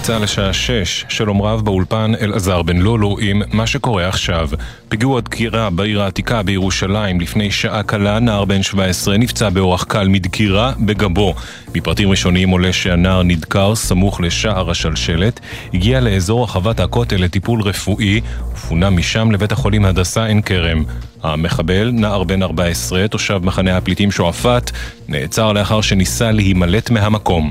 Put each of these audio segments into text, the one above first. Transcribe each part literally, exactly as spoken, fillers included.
צה"ל לשעה שש, שלום רב באולפן אלעזר בן לולו עם מה שקורה עכשיו. פיגוע דקירה בעיר העתיקה בירושלים לפני שעה קלה, נער בן שבע עשרה נפצע באורח קל מדקירה בגבו. מפרטים ראשוניים עולה שהנער נדקר סמוך לשער השלשלת, הגיע לאזור רחבת הכותל לטיפול רפואי ופונה משם לבית החולים הדסה עין כרם. המחבל, נער בן ארבע עשרה, תושב מחנה הפליטים שועפאט, נעצר לאחר שניסה להימלט מהמקום.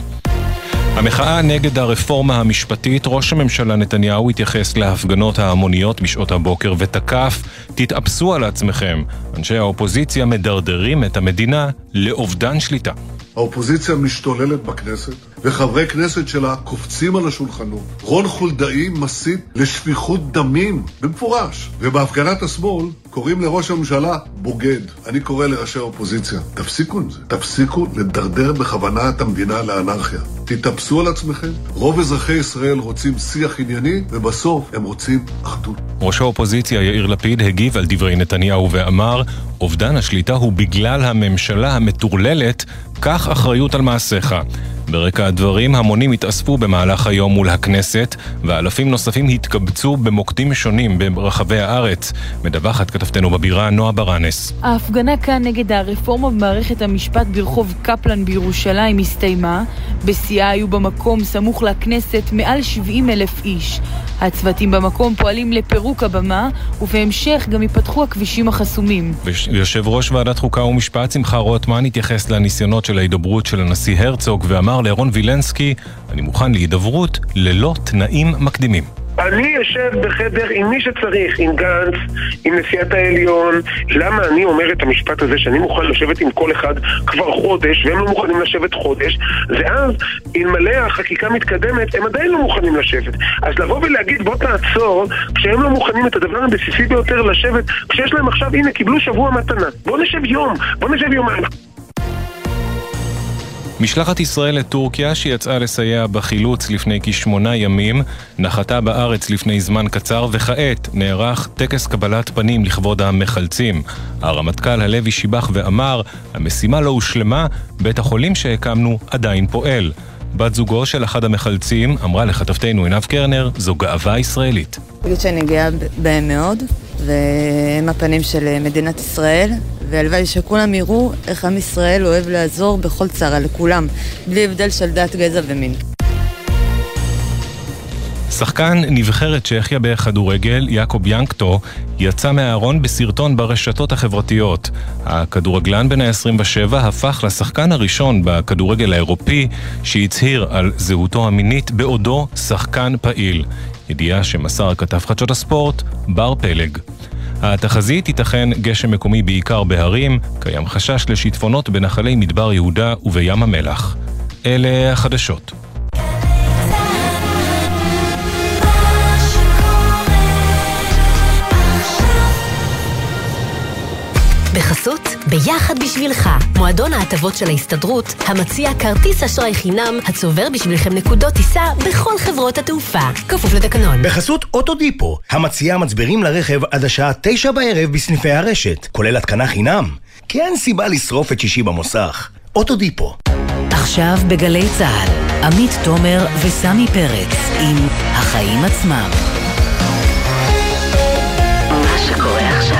המחאה נגד הרפורמה המשפטית, ראש הממשלה נתניהו התייחס להפגנות ההמוניות בשעות הבוקר ותקף, תתאפסו על עצמכם. אנשי האופוזיציה מדרדרים את המדינה לאובדן שליטה. האופוזיציה משתוללת בכנסת, וחברי כנסת שלה קופצים על השולחנות. רון חולדאי מסית לשפיכות דמים, במפורש. ובהפגנת השמאל קוראים לראש הממשלה בוגד. אני קורא לראשי האופוזיציה, תפסיקו עם זה. תפסיקו לדרדר בכוונה את המדינה לאנרכיה. תתאפסו על עצמכם. רוב אזרחי ישראל רוצים שיח ענייני, ובסוף הם רוצים אחדות. ראש האופוזיציה יאיר לפיד הגיב על דברי נתניהו ואמר, אובדן השליטה הוא בגלל הממשלה המטורללת, כך אחריות על מעשיך. ברקע הדברים, המונים התאספו במהלך היום מול הכנסת, ואלפים נוספים התקבצו במוקדים שונים ברחבי הארץ. מדווחת כתבתנו בבירה נועה ברנס. ההפגנה כאן נגד הרפורמה במערכת המשפט ברחוב קפלן בירושלים הסתיימה. בשיאה היו במקום סמוך לכנסת מעל שבעים אלף איש. הצוותים במקום פועלים לפירוק הבמה, ובהמשך גם ייפתחו הכבישים החסומים. יושב ראש ועדת חוקה ומשפט שמחה רוטמן התייחס לניסיונות של ההידברות של הנשיא הרצוג ואמר לאירון וילנסקי, אני מוכן להידברות ללא תנאים מקדימים. אני יושב בחדר עם מי שצריך, עם גנץ, עם נשיאת העליון. למה אני אומר את המשפט הזה שאני מוכן לשבת עם כל אחד כבר חודש והם לא מוכנים לשבת חודש? ואז אלמלא החקיקה מתקדמת הם עדיין לא מוכנים לשבת. אז לבוא ולהגיד בוא תעצור כשהם לא מוכנים את הדבר הבסיסי ביותר לשבת, כשיש להם עכשיו, הנה קיבלו שבוע מתנה, בוא נשב יום, בוא נשב יומיים. משלחת ישראל לטורקיה שיצאה לסייע בחילוץ לפני כשמונה ימים נחתה בארץ לפני זמן קצר, וכעת נערך טקס קבלת פנים לכבוד המחלצים. הרמטכ"ל הלוי שיבח ואמר, המשימה לא הושלמה, בית החולים שהקמנו עדיין פועל. בת זוגו של אחד המחלצים אמרה לכתבתנו עינב קרנר, זו גאווה ישראלית. בגלל שאני גאה בהם מאוד, והם הפנים של מדינת ישראל, והלוואי שכולם יראו איך עם ישראל אוהב לעזור בכל צרה לכולם, בלי הבדל של דת, גזע ומין. שחקן נבחרת צ'כיה בכדורגל, יעקוב ינקטו, יצא מהארון בסרטון ברשתות החברתיות. הכדורגלן בן ה-עשרים ושבע הפך לשחקן הראשון בכדורגל האירופי שהצהיר על זהותו המינית בעודו שחקן פעיל. ידיעה שמסר כתב חדשות הספורט, בר פלג. התחזית ייתכן גשם מקומי בעיקר בהרים, קיים חשש לשיטפונות בנחלי מדבר יהודה ובים המלח. אלה החדשות. בחסות ביחד בשבילך, מועדון ההטבות של ההסתדרות, המציע כרטיס אשראי חינם, הצובר בשבילכם נקודות טיסה בכל חברות התעופה, כפוף לתקנון. בחסות אוטודיפו, המציע מצברים לרכב עד השעה תשע בערב בסניפי הרשת, כולל התקנה חינם, כי אין סיבה לשרוף את שישי במוסך. אוטודיפו. עכשיו בגלי צהל, עמית תומר וסמי פרץ עם החיים עצמם. מה שקורה עכשיו.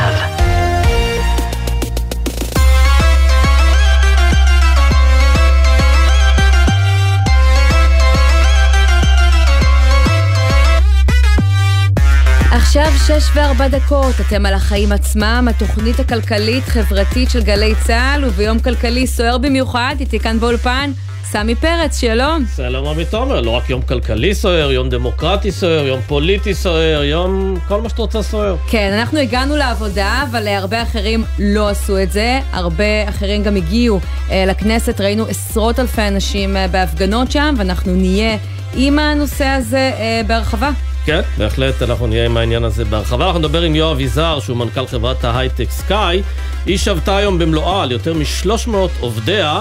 עכשיו שש וארבע דקות, אתם על החיים עצמם, התוכנית הכלכלית-חברתית של גלי צהל, וביום כלכלי סוער במיוחד, איתי כאן באולפן, סמי פרץ, שלום. שלום עמית תומר, לא רק יום כלכלי סוער, יום דמוקרטי סוער, יום פוליטי סוער, יום כל מה שאתה רוצה סוער. כן, אנחנו הגענו לעבודה, אבל הרבה אחרים לא עשו את זה, הרבה אחרים גם הגיעו אה, לכנסת, ראינו עשרות אלפי אנשים אה, בהפגנות שם, ואנחנו נהיה עם הנושא הזה אה, בהרחבה. כן, בהחלט אנחנו נהיה עם העניין הזה בהרחבה. אנחנו נדבר עם יואב יזהר, שהוא מנכ"ל חברת ההייטק סקאי. היא שבתה היום במלואה על יותר מ-שלוש מאות עובדיה,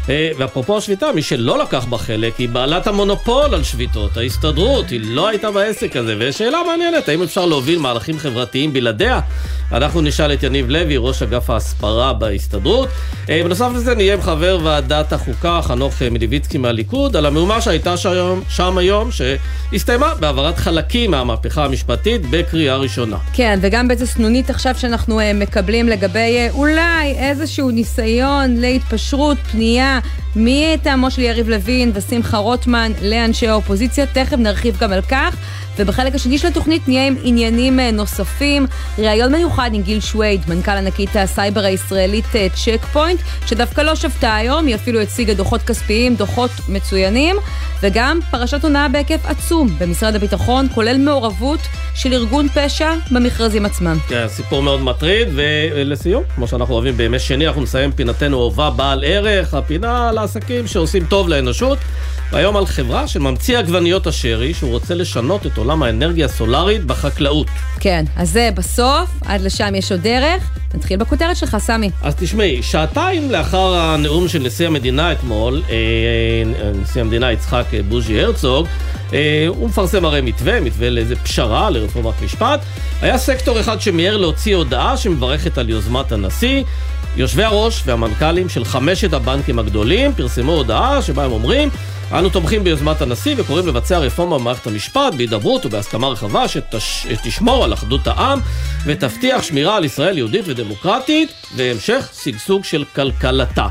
ואפרופו השביתה, מי שלא לקח בה חלק היא בעלת המונופול על שביתות, ההסתדרות, היא לא הייתה בעסק הזה, ושאלה מעניינת, האם אפשר להוביל מהלכים חברתיים בלעדיה? אנחנו נשאל את יניב לוי, ראש אגף ההסברה בהסתדרות. בנוסף לזה נהיה עם חבר ועדת החוקה, חנוך מליביצקי מהליכוד, על המהומה שהייתה שם, שם היום, שהסתיימה בעברת חלקים מהמהפכה המשפטית בקריאה ראשונה. כן, וגם באיזה סנונית עכשיו שאנחנו מקבלים לגבי אולי איזשהו ניסיון להתפשרות, פנייה, מי טעמו של יריב לוין ושמחה רוטמן לאנשי האופוזיציה, תכף נרחיב גם על כך. ובחלק השני של התוכנית נהיה עם עניינים נוספים, ראיון מיוחד עם גיל שווייד, מנכ"ל ענקית הסייבר הישראלית צ'ק פוינט, שדווקא לא שבתה היום, היא אפילו הציגה דוחות כספיים, דוחות מצוינים, וגם פרשת הונאה בהיקף עצום במשרד הביטחון, כולל מעורבות של ארגון פשע במכרזים עצמם. כן, סיפור מאוד מטריד, ולסיום, כמו שאנחנו אוהבים בימי שני, אנחנו נסיים פינתנו אהובה בעל ערך, הפינה לעסקים שעושים טוב לאנושות, והיום על חברה שממציא עגבניות השרי, שהוא רוצה לשנות את עולם האנרגיה הסולרית בחקלאות. כן, אז זה בסוף, עד לשם יש עוד דרך. נתחיל בכותרת שלך, סמי. אז תשמעי, שעתיים לאחר הנאום של נשיא המדינה אתמול, נשיא המדינה יצחק בוז'י הרצוג, הוא מפרסם הרי מתווה, מתווה לאיזה פשרה, לרפורמת משפט. היה סקטור אחד שמיהר להוציא הודעה שמברכת על יוזמת הנשיא. יושבי הראש והמנכ"לים של חמשת הבנקים הגדולים פרסמו הודעה שבה הם אומרים, אנו תומכים ביוזמת הנשיא וקוראים לבצע רפורמה במערכת המשפט בהידברות ובהסכמה רחבה שתשמור על אחדות העם ותבטיח שמירה על ישראל יהודית ודמוקרטית והמשך שגשוג של כלכלתה.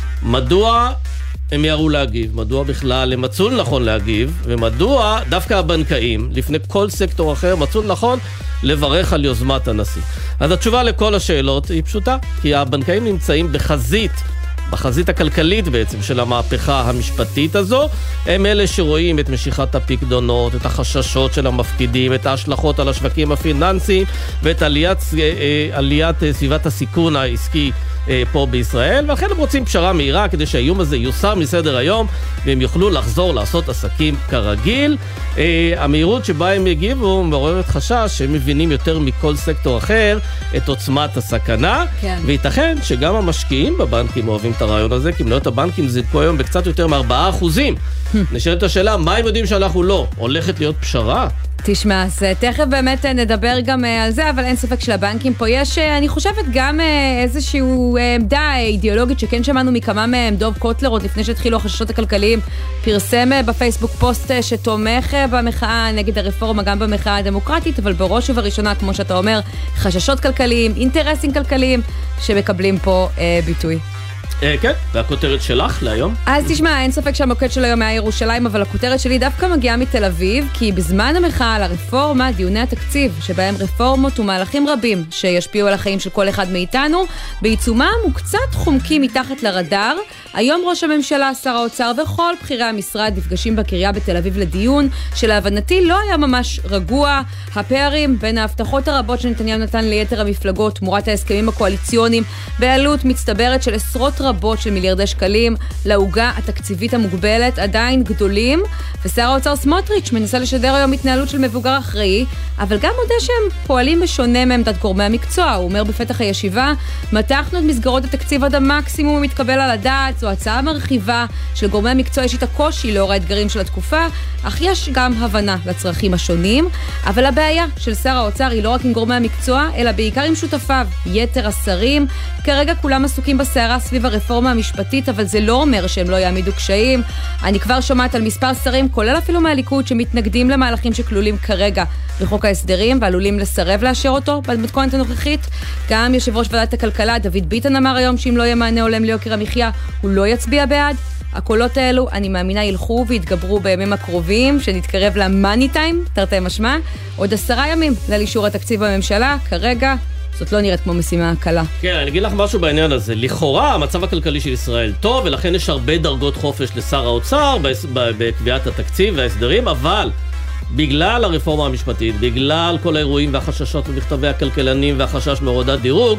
מדוע הם יראו להגיב? מדוע בכלל הם מצאו נכון להגיב? ומדוע דווקא הבנקאים, לפני כל סקטור אחר, מצאו נכון לברך על יוזמת הנשיא? אז התשובה לכל השאלות היא פשוטה, כי הבנקאים נמצאים בחזית, בחזית הכלכלית בעצם של המהפכה המשפטית הזו. הם אלה שרואים את משיכת הפקדונות, את החששות של המפקידים, את ההשלכות על השווקים הפיננסיים ואת עליית, עליית סביבת הסיכון העסקי פה בישראל, ואכן הם רוצים פשרה מהירה כדי שהאיום הזה יוסר מסדר היום והם יוכלו לחזור לעשות עסקים כרגיל. המהירות שבה הם יגיבו מעוררת חשש שהם מבינים יותר מכל סקטור אחר את עוצמת הסכנה, כן. וייתכן שגם המשקיעים בבנקים אוהבים את הרעיון הזה, כי מניות הבנקים זינקו היום בקצת יותר מארבעה אחוזים. נשאלת השאלה, מה הם יודעים שאנחנו לא? הולכת להיות פשרה? תשמע, אז תכף באמת נדבר גם על זה, אבל אין ספק שלבנקים פה יש, אני חושבת, גם איזושהי עמדה אידיאולוגית שכן שמענו מכמה מהם. דוב קוטלר, עוד לפני שהתחילו החששות הכלכליים, פרסם בפייסבוק פוסט שתומך במחאה נגד הרפורמה, גם במחאה הדמוקרטית, אבל בראש ובראשונה, כמו שאתה אומר, חששות כלכליים, אינטרסים כלכליים, שמקבלים פה ביטוי. כן, והכותרת שלך להיום? אז תשמע, אין ספק שהמוקד של היום היה ירושלים, אבל הכותרת שלי דווקא מגיעה מתל אביב, כי בזמן המחאה על הרפורמה, דיוני התקציב, שבהם רפורמות ומהלכים רבים שישפיעו על החיים של כל אחד מאיתנו, בעיצומם וקצת חומקים מתחת לרדאר. היום ראש הממשלה, שר האוצר וכל בחירי המשרד נפגשים בקריה בתל אביב לדיון, שלהבנתי לא היה ממש רגוע. הפערים בין ההבטחות הרבות שנתניהו נתן ליתר המפלגות, תמורת ההסכמים הקואליציוניים, בעלות מצטברת של עשרות רבות של מיליארדי שקלים, להוגה התקציבית המוגבלת, עדיין גדולים, ושר האוצר סמוטריץ' מנסה לשדר היום התנהלות של מבוגר אחראי, אבל גם מודה שהם פועלים בשונה מעמדת גורמי המקצוע. הוא אומר בפתח הישיבה, מתחנו את מסגרות התקציב עד המקסימום המתקבל על הדעת, זו הצעה מרחיבה של גורמי המקצוע, יש איתה קושי לאור האתגרים של התקופה, אך יש גם הבנה לצרכים השונים. אבל הבעיה של שר האוצר היא לא רק עם גורמי המקצוע, אלא בעיקר עם שותפיו, יתר השרים. כרגע כולם עסוקים בסערה סביב הרפורמה המשפטית, אבל זה לא אומר שהם לא יעמידו קשיים. אני כבר שומעת על מספר שרים, כולל אפילו מהליכוד, שמתנגדים למהלכים שכלולים כרגע בחוק ההסדרים, ועלולים לסרב לאשר אותו במתכונת הנוכחית. גם יושב ראש ועדת הכלכלה, דוד ביטן, אמר היום שאם לא יהיה מענה הולם ליוקר המחיה, הוא לא יצביע בעד. הקולות האלו, אני מאמינה, ילכו והתגברו בימים הקרובים, שנתקרב למאני טיים, תרתי משמע. עוד עשרה ימים לאישור התקציב בממשלה, כרגע זאת לא נראית כמו משימה קלה. כן, אני אגיד לך משהו בעניין הזה. לכאורה, המצב הכלכלי של ישראל טוב, ולכן יש הרבה דרגות חופש לשר האוצר בקביעת התקציב וההסדרים, אבל בגלל הרפורמה המשפטית, בגלל כל האירועים והחששות ומכתבי הכלכלנים והחשש מהורדת דירוג,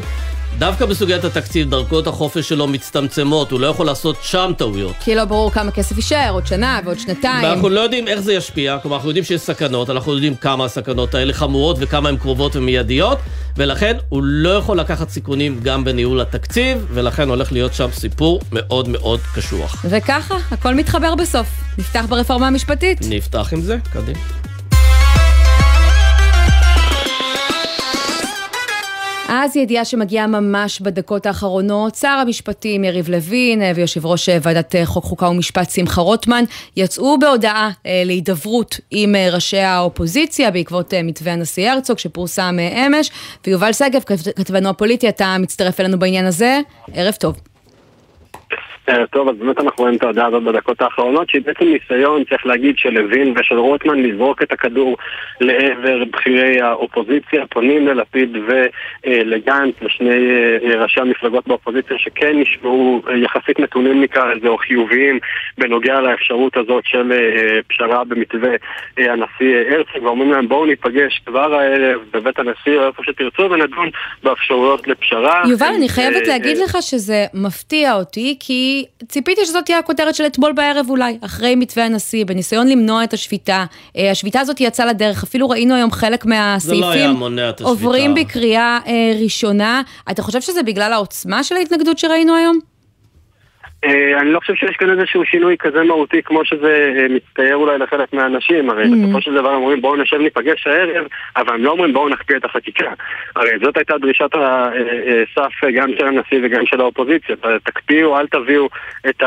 דווקא בסוגיית התקציב, דרכות החופש שלו מצטמצמות, הוא לא יכול לעשות שם טעויות. כי לא ברור כמה כסף יישאר, עוד שנה ועוד שנתיים. ואנחנו לא יודעים איך זה ישפיע, כלומר אנחנו יודעים שיש סכנות, אנחנו יודעים כמה הסכנות האלה חמורות וכמה הן קרובות ומיידיות, ולכן הוא לא יכול לקחת סיכונים גם בניהול התקציב, ולכן הולך להיות שם סיפור מאוד מאוד קשוח. וככה, הכל מתחבר בסוף. נפתח ברפורמה המשפטית. נפתח עם זה, קדימה. אז ידיעה שמגיעה ממש בדקות האחרונות, שר המשפטים יריב לוין ויושב ראש ועדת חוק חוקה ומשפט שמחה רוטמן יצאו בהודעה להידברות עם ראשי האופוזיציה בעקבות מתווה הנשיא הרצוג שפורסם אמש, ויובל סגב, כתבנו הפוליטי, אתה מצטרף אלינו בעניין הזה. ערב טוב. טוב, אז באמת אנחנו רואים את ההודעה הזאת בדקות האחרונות, שהיא בעצם ניסיון, צריך להגיד, של לוין ושל רוטמן לזרוק את הכדור לעבר בחירי האופוזיציה, פונים ללפיד ולגנץ, לשני ראשי המפלגות באופוזיציה, שכן נשמעו יחסית נתונים מכאלה או חיוביים בנוגע לאפשרות הזאת של פשרה במתווה הנשיא הרצוג, ואומרים להם בואו ניפגש כבר הערב בבית הנשיא או איפה שתרצו ונדון באפשרויות לפשרה. יובל, אני חייבת להגיד לך שזה מפתיע אותי, כי ציפיתי שזאת תהיה הכותרת של אתמול בערב אולי, אחרי מתווה הנשיא, בניסיון למנוע את השביתה. השביתה הזאת יצאה לדרך, אפילו ראינו היום חלק מהסעיפים עוברים בקריאה ראשונה. אתה חושב שזה בגלל העוצמה של ההתנגדות שראינו היום? אני לא חושב שיש כאן איזשהו שינוי כזה מהותי כמו שזה מצטייר אולי לחלק מהאנשים. הרי בסופו של דבר אומרים בואו נשב ניפגש הערב, אבל הם לא אומרים בואו נכפיע את החקיקה. הרי זאת הייתה דרישת הסף גם של הנשיא וגם של האופוזיציה. תקפיאו, אל תביאו את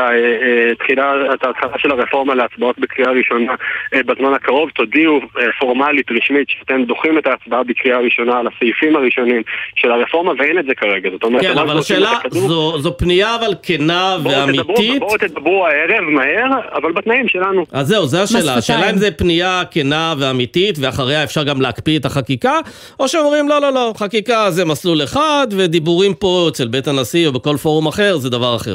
ההתחלה של הרפורמה להצבעות בקריאה ראשונה בזמן הקרוב, תודיעו פורמלית רשמית שאתם דוחים את ההצבעה בקריאה ראשונה על הסעיפים הראשונים של הרפורמה, ואין את זה כרגע. כן, אבל השאלה זו פנייה אבל כנה אמיתית. בואו תדברו הערב מהר, אבל בתנאים שלנו. אז זהו, זו השאלה. השאלה אם זה פנייה כנה ואמיתית, ואחריה אפשר גם להקפיא את החקיקה, או שאומרים לא, לא, לא, חקיקה זה מסלול אחד, ודיבורים פה אצל בית הנשיא או בכל פורום אחר, זה דבר אחר.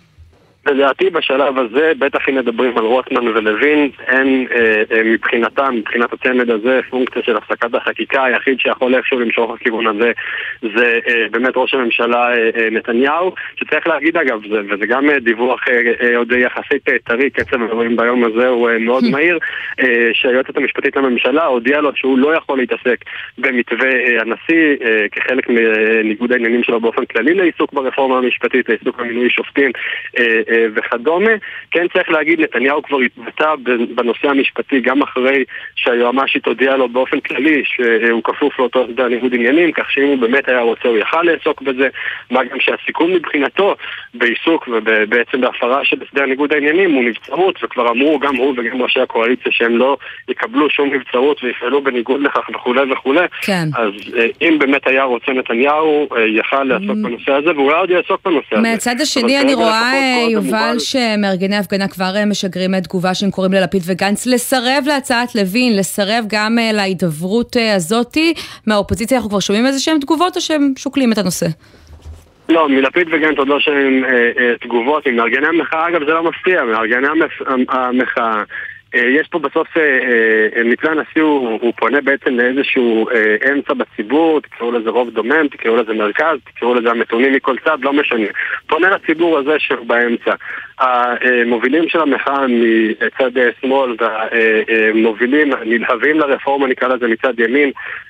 לדעתי בשלב הזה, בטח אם מדברים על רוטמן ולוין, אין אה, אה, מבחינתם, מבחינת הצמד הזה, פונקציה של הפסקת החקיקה. היחיד שיכול איכשהו למשוך הכיוון הזה זה אה, באמת ראש הממשלה אה, אה, נתניהו, שצריך להגיד אגב, זה, וזה גם אה, דיווח אה, אה, עוד יחסית אה, טרי, קצב הדברים ביום הזה הוא אה, מאוד מהיר, אה, שהיועצת המשפטית לממשלה הודיעה לו שהוא לא יכול להתעסק במתווה אה, הנשיא, אה, כחלק מניגוד העניינים שלו באופן כללי לעיסוק ברפורמה המשפטית, לעיסוק במינוי שופטים, אה, וכדומה. כן צריך להגיד, נתניהו כבר התבטא בנושא המשפטי גם אחרי שהיועמ"שית הודיעה לו באופן כללי שהוא כפוף לאותו הסדר ניגוד עניינים, כך שאם הוא באמת היה רוצה הוא יכל לעסוק בזה, מה גם שהסיכון מבחינתו בעיסוק ובעצם בהפרה של הסדר ניגוד העניינים הוא נבצרות, וכבר אמרו גם הוא וגם ראשי הקואליציה שהם לא יקבלו שום נבצרות ויפעלו בניגוד לכך וכו' וכו'. כן. אז אם באמת היה רוצה נתניהו יכל לעסוק בנושא הזה, והוא עוד יעסוק בנושא הזה. מהצד השני אני רואה יובל שמארגני הפגנה כבר משגרים את תגובה שהם קוראים ללפיד וגנץ לסרב להצעת לוין, לסרב גם להידברות הזאת. מהאופוזיציה אנחנו כבר שומעים איזה שהם תגובות או שהם שוקלים את הנושא? לא, מלפיד וגנץ עוד לא שהם תגובות. עם מארגני המחאה, אגב זה לא מפתיע, מארגני המחאה יש פה בסוף מתווה הנשיא הוא, הוא פונה בעצם לאיזשהו אמצע בציבור, תקראו לזה רוב דומם, תקראו לזה מרכז, תקראו לזה המתונים מכל צד, לא משנה. פונה לציבור הזה שבאמצע. המובילים של המחאה מצד שמאל והמובילים נלהבים לרפורמה, נקרא לזה מצד ימין,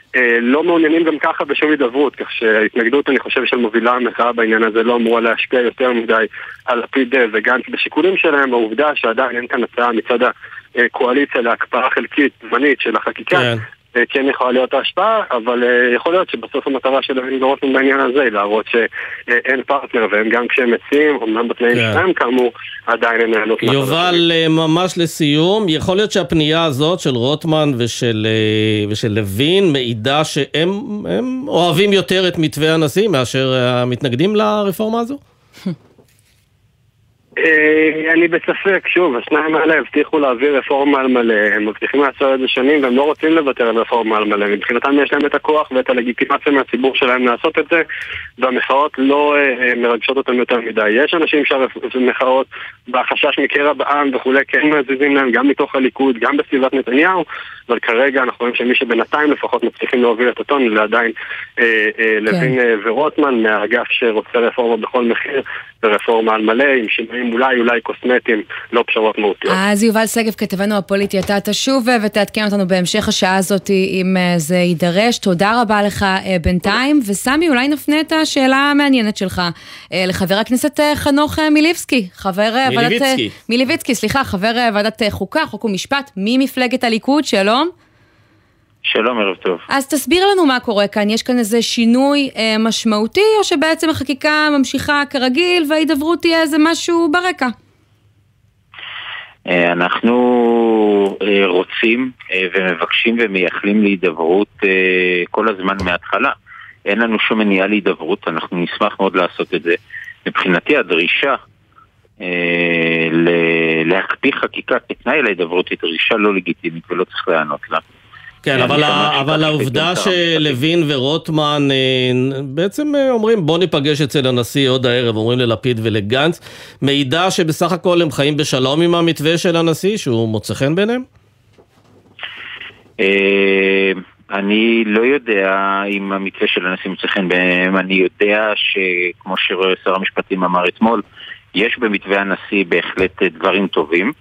לא מעוניינים גם ככה בשום הידברות, כך שההתנגדות אני חושב של מובילה המחאה בעניין הזה לא אמורה להשפיע יותר מדי על לפיד וגנץ בשיקולים שלהם. העובדה שעדיין אין כאן הצעה מצד הקואליציה להקפאה חלקית זמנית של החקיקה, כן. כן יכולה להיות ההשפעה, אבל יכול להיות שבסוף המטרה של לוין ורוטמן בעניין הזה היא להראות שאין פרטנר, והם גם כשהם מציעים, אומנם בתנאים שלהם כאמור, עדיין אין נהנות. יובל, ממש לסיום, יכול להיות שהפנייה הזאת של רוטמן ושל, ושל לוין מעידה שהם הם אוהבים יותר את מתווה הנשיא מאשר המתנגדים לרפורמה הזו? אני בספק, שוב, השניים האלה הבטיחו להעביר רפורמה על מלא, הם מבטיחים לעשות את זה שנים והם לא רוצים לוותר על רפורמה על מלא, מבחינתם יש להם את הכוח ואת הלגיטימציה מהציבור שלהם לעשות את זה, והמחאות לא מרגשות אותם יותר מדי. יש אנשים שהמחאות בחשש מקרע בעם וכולי כן מזיזים להם, גם מתוך הליכוד, גם בסביבת נתניהו, אבל כרגע אנחנו רואים שמי שבינתיים לפחות מצליחים להוביל את הטון, לעדיין לוין ורוטמן מהאגף שרוצה רפורמה בכל מחיר, ורפורמה על מלא, עם שינויים אולי, אולי קוסמטיים, לא פשרות מהותיות. אז יובל סגב, כתבנו הפוליטי, אתה תשוב ותעדכן אותנו בהמשך השעה הזאת אם זה יידרש. תודה רבה לך בינתיים, וסמי, אולי נפנה את השאלה המעניינת שלך לחבר הכנסת חנוך מיליבסקי, חבר מיליביצקי. ועדת... מיליביצקי, סליחה, חבר ועדת חוקה, חוק ומשפט, ממפלגת הליכוד, שלום. שלום, ערב טוב. אז תסביר לנו מה קורה כאן, יש כאן איזה שינוי אה, משמעותי, או שבעצם החקיקה ממשיכה כרגיל, וההידברות תהיה איזה משהו ברקע? אה, אנחנו אה, רוצים אה, ומבקשים ומייחלים להידברות אה, כל הזמן מההתחלה. אין לנו שום מניעה להידברות, אנחנו נשמח מאוד לעשות את זה. מבחינתי הדרישה אה, להקפיא חקיקה כתנאי להידברות היא דרישה לא לגיטימית ולא צריך לענות לה. כן, אבל, אבל העובדה שלוין ורוטמן בעצם אומרים בוא ניפגש אצל הנשיא עוד הערב, אומרים ללפיד ולגנץ, מעידה שבסך הכל הם חיים בשלום עם המתווה של הנשיא, שהוא מוצא חן ביניהם? אני לא יודע אם המתווה של הנשיא מוצא חן ביניהם, אני יודע שכמו ששר המשפטים אמר אתמול, יש במתווה הנשיא בהחלט דברים טובים,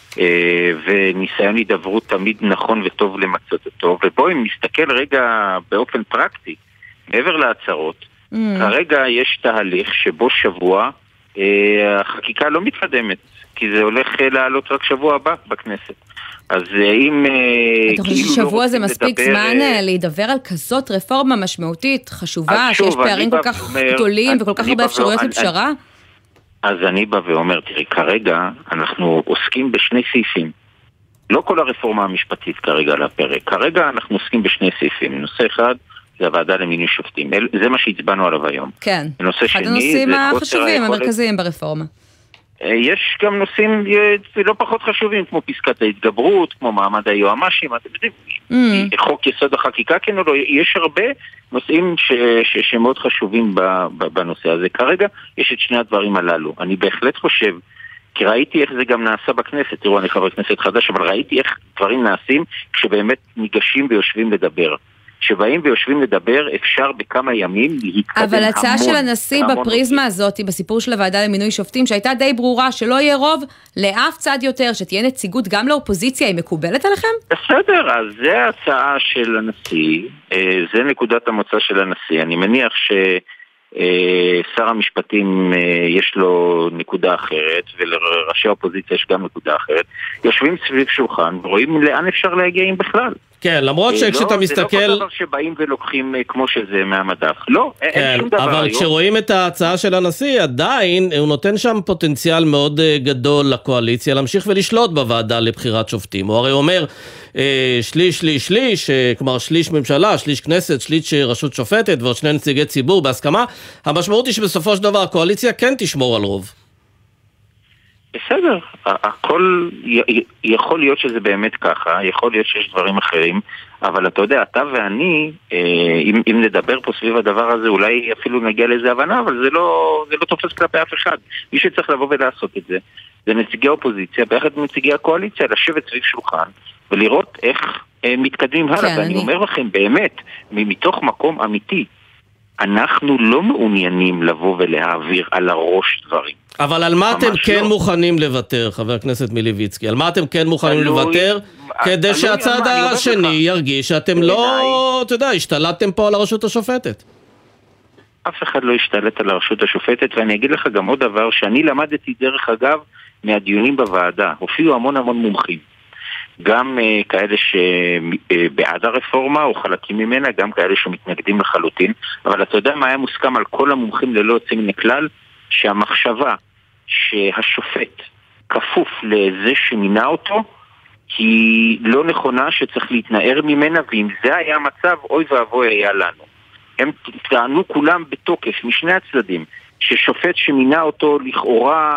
וניסיון הידברות תמיד נכון וטוב למצות אותו, ובואו אם נסתכל רגע באופן פרקטי, מעבר להצהרות, mm. כרגע יש תהליך שבו שבוע החקיקה לא מתקדמת, כי זה הולך לעלות רק שבוע הבא בכנסת. אז אם... אתה חושב ששבוע זה מספיק זמן להידבר על כזאת רפורמה משמעותית, חשובה, שיש פערים כל כך גדולים וכל כך הרבה אפשרויות לפשרה? אז אני בא ואומר, תראי, כרגע אנחנו עוסקים בשני סעיפים. לא כל הרפורמה המשפטית כרגע על הפרק. כרגע אנחנו עוסקים בשני סעיפים. נושא אחד זה הוועדה למינוי שופטים. זה מה שהצבענו עליו היום. כן. נושא אחד שני, הנושאים החשובים, המרכזיים ברפורמה. יש גם נושאים לא פחות חשובים, כמו פסקת ההתגברות, כמו מעמד היועמ"שים, אתם יודעים, mm. חוק יסוד החקיקה, כן או לא, יש הרבה נושאים ש, ש, שמאוד חשובים ב, ב, בנושא הזה. כרגע יש את שני הדברים הללו. אני בהחלט חושב, כי ראיתי איך זה גם נעשה בכנסת, תראו, אני חבר כנסת חדש, אבל ראיתי איך דברים נעשים כשבאמת ניגשים ויושבים לדבר. שבאים ויושבים לדבר אפשר בכמה ימים להתקדם המון. אבל הצעה של הנשיא בפריזמה הזאת, בסיפור של הוועדה למינוי שופטים, שהייתה די ברורה שלא יהיה רוב לאף צד יותר, שתהיה נציגות גם לאופוזיציה, היא מקובלת עליכם? בסדר, אז זה ההצעה של הנשיא, זה נקודת המוצא של הנשיא. אני מניח ששר המשפטים יש לו נקודה אחרת, ולראשי האופוזיציה יש גם נקודה אחרת. יושבים סביב שולחן ורואים לאן אפשר להגיע עם בכלל. כן, למרות שכשאתה מסתכל... זה לא כל דבר שבאים ולוקחים כמו שזה מהמדף. לא, אין שום דבר. אבל כשרואים את ההצעה של הנשיא, עדיין הוא נותן שם פוטנציאל מאוד גדול לקואליציה להמשיך ולשלוט בוועדה לבחירת שופטים. הוא הרי אומר שליש, שליש, שליש, כלומר שליש ממשלה, שליש כנסת, שליש רשות שופטת ועוד שני נציגי ציבור בהסכמה. המשמעות היא שבסופו של דבר הקואליציה כן תשמור על רוב. בסדר, הכל יכול להיות שזה באמת ככה, יכול להיות שיש דברים אחרים, אבל אתה יודע, אתה ואני, אם, אם נדבר פה סביב הדבר הזה, אולי אפילו נגיע לאיזה הבנה, אבל זה לא, זה לא תופס כלפי אף אחד. מי שצריך לבוא ולעשות את זה, זה נציגי האופוזיציה, ביחד עם נציגי הקואליציה, לשבת סביב שולחן, ולראות איך מתקדמים הלאה. כן, ואני אני... אומר לכם, באמת, מתוך מקום אמיתי, אנחנו לא מעוניינים לבוא ולהעביר על הראש דברים. אבל על מה אתם כן לא. מוכנים לוותר, חבר הכנסת מיליביצקי? על מה אתם כן מוכנים לא, לוותר? לא, כדי לא שהצד לא, השני ירגיש שאתם לא, אתה יודע, השתלטתם פה על הרשות השופטת. אף אחד לא השתלט על הרשות השופטת, ואני אגיד לך גם עוד דבר, שאני למדתי דרך אגב מהדיונים בוועדה. הופיעו המון המון מומחים. גם uh, כאלה שבעד הרפורמה או חלקים ממנה, גם כאלה שמתנגדים לחלוטין. אבל אתה יודע מה היה מוסכם על כל המומחים ללא יוצא מן הכלל? שהמחשבה שהשופט כפוף לזה שמינה אותו היא לא נכונה, שצריך להתנער ממנה, ואם זה היה המצב, אוי ואבוי היה לנו. הם טענו כולם בתוקף משני הצדדים ששופט שמינה אותו לכאורה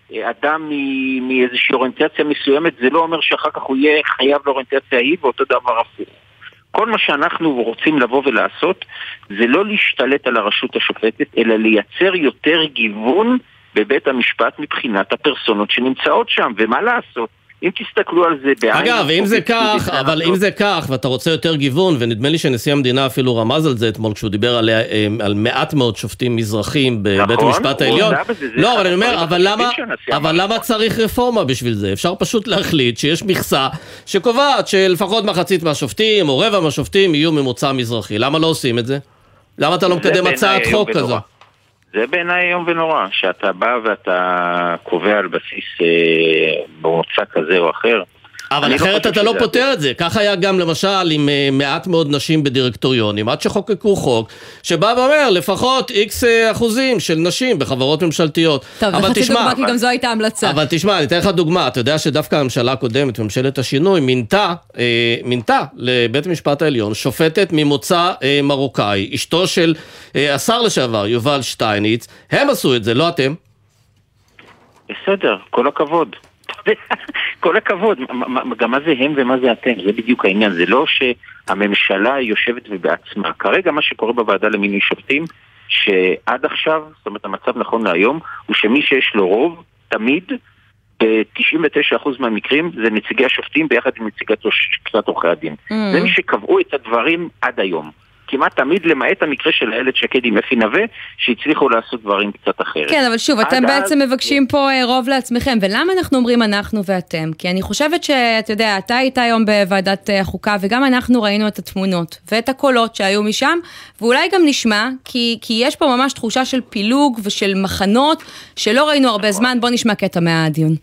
אדם מאיזושהי אוריינטציה מסוימת, זה לא אומר שאחר כך הוא יהיה חייב לאוריינטציה היא, ואותו דבר הפוך. כל מה שאנחנו רוצים לבוא ולעשות, זה לא להשתלט על הרשות השופטת, אלא לייצר יותר גיוון בבית המשפט מבחינת הפרסונות שנמצאות שם, ומה לעשות? אם תסתכלו על זה בעין... אגב, אם זה כך, אבל אם זה כך, ואתה רוצה יותר גיוון, ונדמה לי שנשיא המדינה אפילו רמז על זה אתמול, כשהוא דיבר על, על מעט מאוד שופטים מזרחים בבית המשפט העליון. לא, אבל אני אומר, אבל למה, אבל למה צריך רפורמה בשביל זה? אפשר פשוט להחליט שיש מכסה שקובעת שלפחות מחצית מהשופטים, או רבע מהשופטים, יהיו ממוצא מזרחי. למה לא עושים את זה? למה אתה לא מקדם הצעת חוק כזו? זה בעיניי יום ונורא, שאתה בא ואתה קובע על בסיס אה, במוצא כזה או אחר. אבל אחרת אתה לא פותר את זה. כך היה גם למשל עם מעט מאוד נשים בדירקטוריונים, עד שחוקקו חוק שבא ואומר לפחות איקס אחוזים של נשים בחברות ממשלתיות. טוב, זה חצי דוגמה כי גם זו הייתה המלצה. אבל תשמע, אני אתן לך דוגמה. אתה יודע שדווקא הממשלה הקודמת, ממשלת השינוי, מינתה, אה, מינתה לבית המשפט העליון שופטת ממוצא אה, מרוקאי, אשתו של אה, השר לשעבר יובל שטייניץ. הם עשו את זה, לא אתם. בסדר, כל הכבוד. כל הכבוד, גם מה זה הם ומה זה אתם, זה בדיוק העניין, זה לא שהממשלה יושבת ובעצמה. כרגע מה שקורה בוועדה למינוי שופטים, שעד עכשיו, זאת אומרת המצב נכון להיום, הוא שמי שיש לו רוב, תמיד, ב-תשעים ותשעה אחוז מהמקרים, זה נציגי השופטים ביחד עם נציגת קצת עורכי הדין. זה מי שקבעו את הדברים עד היום. כמעט תמיד למעט המקרה של הילד שקד עם אפי נווה, שהצליחו לעשות דברים קצת אחרת. כן, אבל שוב, אתם בעצם מבקשים פה רוב לעצמכם, ולמה אנחנו אומרים אנחנו ואתם? כי אני חושבת שאתה יודע, אתה היית היום בוועדת החוקה, וגם אנחנו ראינו את התמונות, ואת הקולות שהיו משם, ואולי גם נשמע, כי, כי יש פה ממש תחושה של פילוג ושל מחנות, שלא ראינו הרבה זמן. בוא נשמע קטע מהדיון.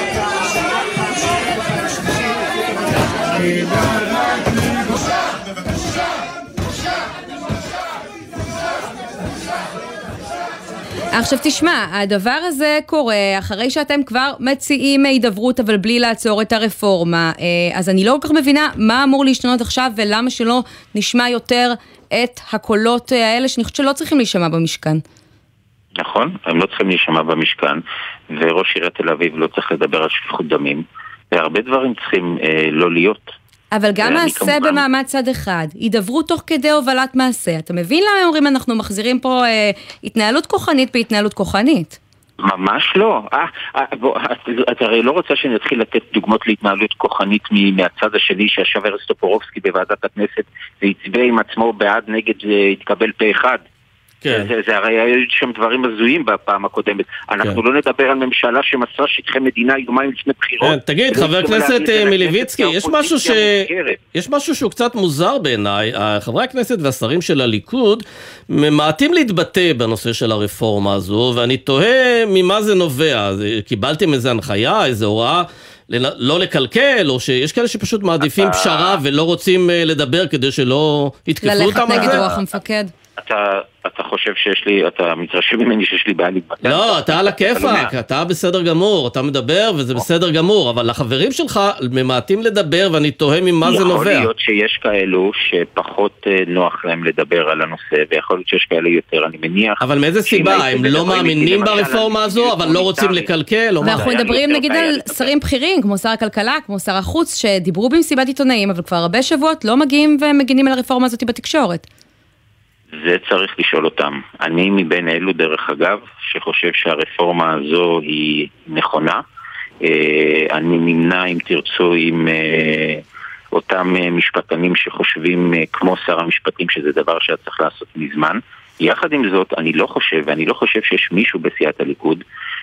עכשיו תשמע, הדבר הזה קורה אחרי שאתם כבר מציעים הידברות אבל בלי לעצור את הרפורמה, אז אני לא כל כך מבינה מה אמור להשתנות עכשיו ולמה שלא נשמע יותר את הקולות האלה שאני חושבת שלא צריכים להישמע במשכן. נכון, הם לא צריכים להישמע במשכן, וראש עיריית תל אביב לא צריך לדבר על שפיכות דמים, והרבה דברים צריכים אה, לא להיות. אבל גם מעשה כמובן... במעמד צד אחד, ידברו תוך כדי הובלת מעשה. אתה מבין למה הם אומרים אנחנו מחזירים פה אה, התנהלות כוחנית בהתנהלות כוחנית? ממש לא. אה, אה, בוא, את, את הרי לא רוצה שנתחיל לתת דוגמות להתנהלות כוחנית מהצד השני, שישב ארז טופורובסקי בוועדת הכנסת והצביע עם עצמו בעד נגד התקבל פה אחד. כן. זה, זה הרי היו שם דברים הזויים בפעם הקודמת. אנחנו כן. לא נדבר על ממשלה שמסרה שטחי מדינה יומיים לפני בחירות. כן, תגיד, חבר הכנסת מליביצקי, יש משהו ש... יש משהו שהוא קצת מוזר בעיניי. חברי הכנסת והשרים של הליכוד מעטים להתבטא בנושא של הרפורמה הזו, ואני תוהה ממה זה נובע. קיבלתם איזו הנחיה, איזו הוראה לא לקלקל, או שיש כאלה שפשוט מעדיפים פשרה ולא רוצים לדבר כדי שלא יתקפו אותם על זה? ללכת נגד רוח המפקד. אתה, אתה חושב שיש לי, אתה מתרשם ממני שיש לי בעיה להתבטא? לא, אתה על הכיפק, אתה בסדר גמור, אתה מדבר וזה בסדר גמור, אבל החברים שלך ממעטים לדבר ואני תוהה ממה זה נובע. יכול להיות שיש כאלו שפחות נוח להם לדבר על הנושא, ויכול להיות שיש כאלה יותר, אני מניח. אבל מאיזה סיבה? הם לא מאמינים ברפורמה הזו, אבל לא רוצים לקלקל? ואנחנו מדברים נגיד על שרים בכירים, כמו שר הכלכלה, כמו שר החוץ, שדיברו במסיבת עיתונאים, אבל כבר הרבה שבועות לא מגיעים ומגינים על הרפורמה הזאת בתקשורת. זה צריך לשאול אותם. אני מבין אלו דרך אגב, שחושב שהרפורמה הזו היא נכונה. אני נמנע אם תרצו עם אותם משפטנים שחושבים כמו שר המשפטים שזה דבר שצריך לעשות מזמן. יחד עם זאת, אני לא חושב, ואני לא חושב שיש מישהו בסיעת הליכוד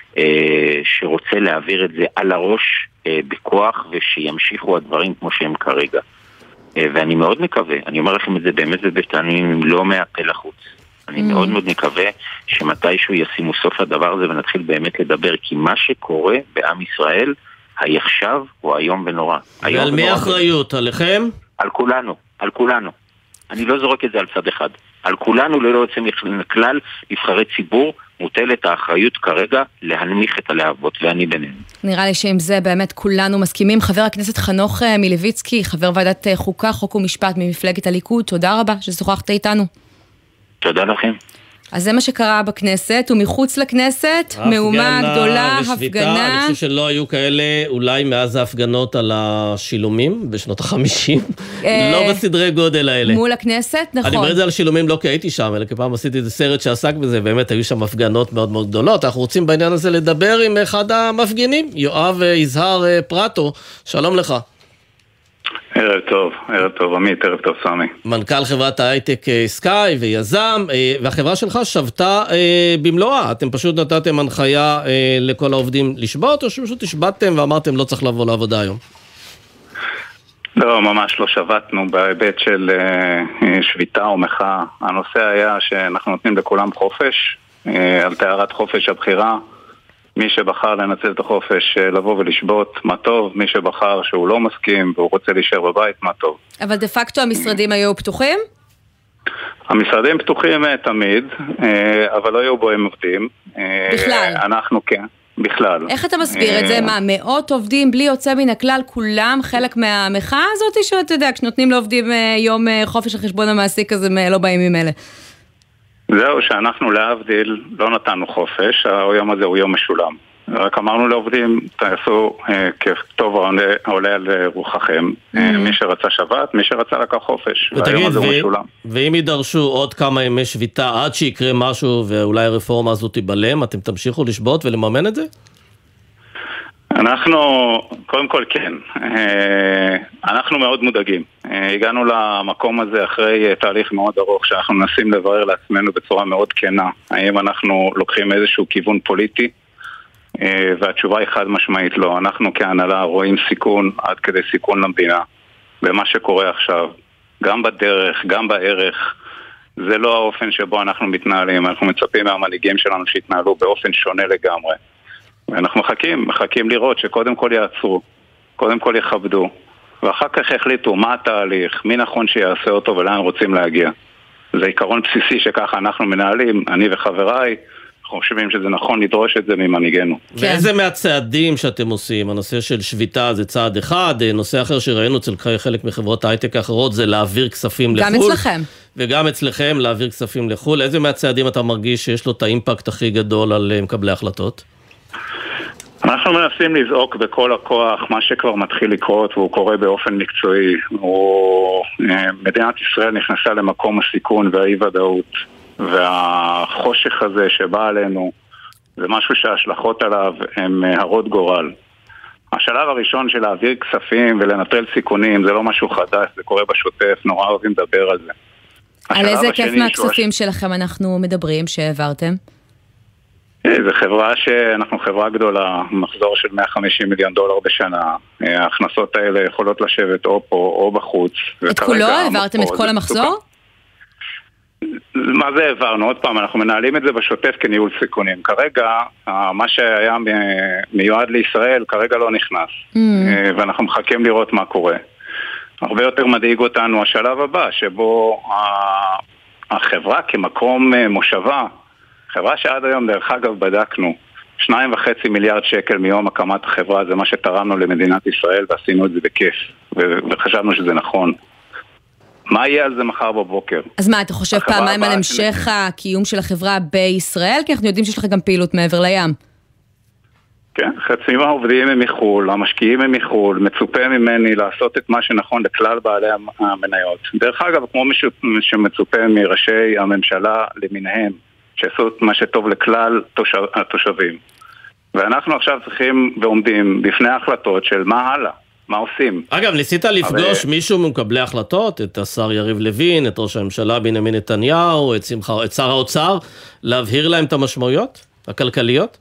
שרוצה להעביר את זה על הראש בכוח ושימשיכו הדברים כמו שהם כרגע. ואני מאוד מקווה, אני אומר לכם את זה באמת ובטענים לא מהפה לחוץ. אני מאוד מאוד מקווה שמתישהו ישימו סוף לדבר הזה ונתחיל באמת לדבר, כי מה שקורה בעם ישראל היחשב הוא היום ונורא. ועל מי אחריות? עליכם? על כולנו, על כולנו. אני לא זורק את זה על צד אחד. על כולנו ללא יוצא מכלל נבחרי ציבור מוטלת האחריות כרגע להנמיך את הלהבות, ואני בינינו. נראה לי שעם זה באמת כולנו מסכימים. חבר הכנסת חנוך מליביצקי, חבר ועדת חוקה, חוק ומשפט ממפלגת הליכוד, תודה רבה ששוחחת איתנו. תודה לכם. אז זה מה שקרה בכנסת, ומחוץ לכנסת, מהומה גדולה, הפגנה. אני חושב שלא היו כאלה, אולי מאז ההפגנות על השילומים, בשנות החמישים, לא בסדרי גודל האלה. מול הכנסת, נכון. אני אומר את זה על שילומים לא כי הייתי שם, אלא כפעם עשיתי איזה סרט שעסק בזה, באמת היו שם הפגנות מאוד מאוד גדולות. אנחנו רוצים בעניין הזה לדבר עם אחד המפגינים, יואב יזהר פרטו, שלום לך. ערב טוב, ערב טוב עמית, ערב טוב סמי. מנכ"ל חברת ההייטק סקאי ויזם, והחברה שלך שבתה במלואה. אתם פשוט נתתם הנחיה לכל העובדים לשבות, או שפשוט השבתתם ואמרתם לא צריך לבוא לעבודה היום? לא, ממש לא שבתנו בהיבט של שביתה או מחאה. הנושא היה שאנחנו נותנים לכולם חופש, על תארת חופש הבחירה. מי שבחר לנצל את החופש לבוא ולשבות, מה טוב. מי שבחר שהוא לא מסכים והוא רוצה להישאר בבית, מה טוב. אבל דה פקטו המשרדים היו פתוחים? המשרדים פתוחים תמיד, אבל לא היו בו הם עובדים. בכלל? אנחנו כן, בכלל. איך אתה מסביר את זה? מה, מאות עובדים בלי יוצא מן הכלל, כולם חלק מהמחאה הזאת, שאתה יודע, כשנותנים לעובדים יום חופש לחשבון המעסיק, אז הם לא באים ממילא? זהו, שאנחנו להבדיל לא נתנו חופש, היום הזה הוא יום משולם. רק אמרנו לעובדים, תעשו אה, כטוב העולה על רוחכם. Mm-hmm. אה, מי שרצה שבת, מי שרצה לקח חופש. והיום הזה ו... הוא משולם. ואם יידרשו עוד כמה ימי שביתה עד שיקרה משהו ואולי הרפורמה הזאת תיבלם, אתם תמשיכו לשבות ולממן את זה? אנחנו, קודם כל כן, אנחנו מאוד מודאגים. הגענו למקום הזה אחרי תהליך מאוד ארוך שאנחנו מנסים לברר לעצמנו בצורה מאוד כנה האם אנחנו לוקחים איזשהו כיוון פוליטי, והתשובה היא חד משמעית לא. אנחנו כהנהלה רואים סיכון עד כדי סיכון למדינה במה שקורה עכשיו, גם בדרך, גם בערך. זה לא האופן שבו אנחנו מתנהלים. אנחנו מצפים מהמנהיגים שלנו שיתנהלו באופן שונה לגמרי. ואנחנו מחכים, מחכים לראות שקודם כל יעצרו, קודם כל יכבדו, ואחר כך יחליטו מה התהליך, מי נכון שיעשה אותו ולאן רוצים להגיע. זה עיקרון בסיסי שככה אנחנו מנהלים, אני וחבריי, אנחנו חושבים שזה נכון לדרוש את זה ממנהיגנו. ואיזה מהצעדים שאתם עושים, הנושא של שביתה זה צעד אחד, נושא אחר שראינו אצל חלק מחברות ההייטק האחרות זה להעביר כספים לחול. גם אצלכם. וגם אצלכם להעביר כספים לחול. איזה מהצעדים אתה מרגיש שיש לו את האימפקט הכי גדול על מקבלי החלטות? אנחנו מנסים לזעוק בכל הכוח מה שכבר מתחיל לקרות והוא קורה באופן מקצועי. הוא... מדינת ישראל נכנסה למקום הסיכון והאי ודאות, והחושך הזה שבא עלינו זה משהו שההשלכות עליו הם הרות גורל. השלב הראשון של להעביר כספים ולנטרל סיכונים זה לא משהו חדש, זה קורה בשוטף, נורא אוהבים לדבר על זה. על איזה כיף מהכספים שלכם אנחנו מדברים שהעברתם? זה חברה שאנחנו חברה גדולה, מחזור של מאה וחמישים מיליון דולר בשנה. ההכנסות האלה יכולות לשבת או פה או בחוץ. את כולו? העברתם את כל המחזור? מה זה העברנו? עוד פעם, אנחנו מנהלים את זה בשוטף כניהול סיכונים. כרגע, מה שהיה מיועד לישראל, כרגע לא נכנס. ואנחנו מחכים לראות מה קורה. הרבה יותר מדאיג אותנו השלב הבא, שבו החברה כמקום מושבה, חברה שעד היום דרך אגב בדקנו, שניים וחצי מיליארד שקל מיום הקמת החברה, זה מה שתרמנו למדינת ישראל ועשינו את זה בכיף, וחשבנו שזה נכון. מה יהיה על זה מחר בבוקר? אז מה, אתה חושב פעמיים על המשך הקיום של החברה בישראל? כי אנחנו יודעים שיש לך גם פעילות מעבר לים. כן, חצי מהעובדים הם מחול, המשקיעים הם מחול, מצופה ממני לעשות את מה שנכון לכלל בעלי המניות. דרך אגב, כמו שמצופה מראשי הממשלה למיניהם, שעשו את מה שטוב לכלל תושב, התושבים. ואנחנו עכשיו צריכים ועומדים בפני ההחלטות של מה הלאה, מה עושים. אגב, ניסית לפגוש אבל... מישהו ממקבלי החלטות, את השר יריב לוין, את ראש הממשלה בנימין נתניהו, את, שמחה, את שר האוצר, להבהיר להם את המשמעויות הכלכליות?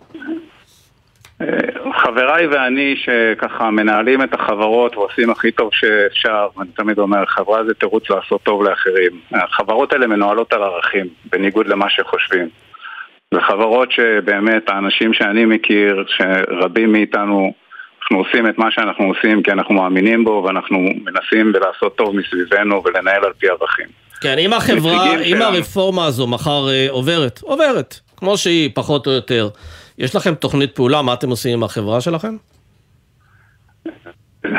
חבריי ואני שככה מנהלים את החברות ועושים הכי טוב שאפשר, אני תמיד אומר, חברה זה תירוץ לעשות טוב לאחרים. החברות האלה מנוהלות על ערכים, בניגוד למה שחושבים. זה חברות שבאמת האנשים שאני מכיר, שרבים מאיתנו, אנחנו עושים את מה שאנחנו עושים כי אנחנו מאמינים בו, ואנחנו מנסים לעשות טוב מסביבנו ולנהל על פי ערכים. כן, אם החברה, אם הרפורמה הזו מחר עוברת, עוברת, כמו שהיא פחות או יותר, יש לכם תוכנית פעולה, מה אתם עושים עם החברה שלכם?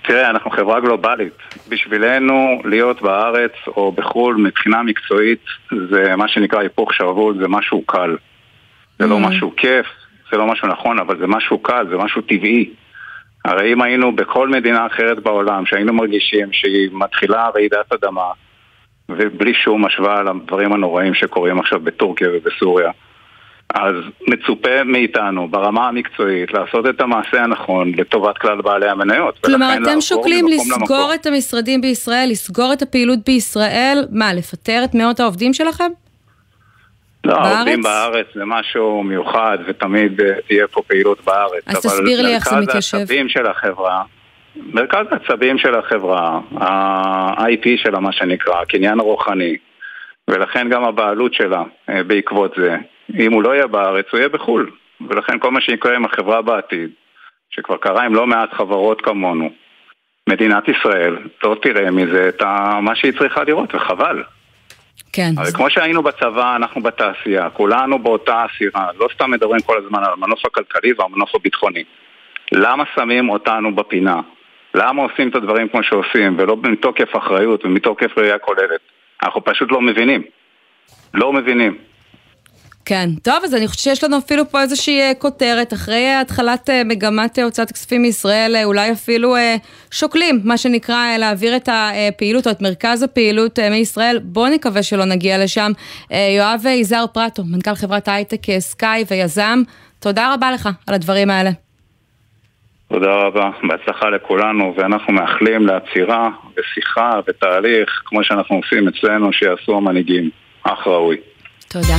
תראה, אנחנו חברה גלובלית. בשבילנו להיות בארץ או בחול מבחינה מקצועית זה מה שנקרא היפוך שרוול, זה משהו קל. זה לא משהו כיף, זה לא משהו נכון, אבל זה משהו קל, זה משהו טבעי. הרי אם היינו בכל מדינה אחרת בעולם, שהיינו מרגישים שהיא מתחילה רעידת אדמה, ובלי שום השוואה לדברים הנוראים שקורים עכשיו בטורקיה ובסוריה, אז מצופה מאיתנו ברמה המקצועית לעשות את המעשה הנכון לטובת כלל בעלי המניות. כלומר, אתם שוקלים לסגור את המשרדים בישראל, לסגור את הפעילות בישראל, מה, לפטר את מאות העובדים שלכם? לא, העובדים בארץ זה משהו מיוחד ותמיד תהיה פה פעילות בארץ. אז תסביר לי איך זה מתיישב. מרכז העצבים של החברה, מרכז העצבים של החברה, ה-איי פי שלה מה שנקרא, הקניין הרוחני, ולכן גם הבעלות שלה בעקבות זה. אם הוא לא יהיה בארץ, הוא יהיה בחול. ולכן כל מה שיקרה עם החברה בעתיד, שכבר קרה עם לא מעט חברות כמונו, מדינת ישראל לא תראה מזה את מה שהיא צריכה לראות, וחבל. כן. אבל כמו שהיינו בצבא, אנחנו בתעשייה, כולנו באותה הסירה, לא סתם מדברים כל הזמן על המנוף הכלכלי והמנוף הביטחוני. למה שמים אותנו בפינה? למה עושים את הדברים כמו שעושים, ולא מתוקף אחריות ומתוקף ראייה כוללת? אנחנו פשוט לא מבינים. לא מבינים. כן, טוב, אז אני חושבת שיש לנו אפילו פה איזושהי כותרת, אחרי התחלת מגמת הוצאת הכספים מישראל, אולי אפילו שוקלים, מה שנקרא, להעביר את הפעילות או את מרכז הפעילות מישראל, בואו נקווה שלא נגיע לשם. יואב יזהר פרטו, מנכ"ל חברת הייטק סקאי ויזם, תודה רבה לך על הדברים האלה. תודה רבה, בהצלחה לכולנו, ואנחנו מאחלים לעצירה ושיחה ותהליך, כמו שאנחנו עושים אצלנו, שיעשו המנהיגים. אך ראוי. תודה.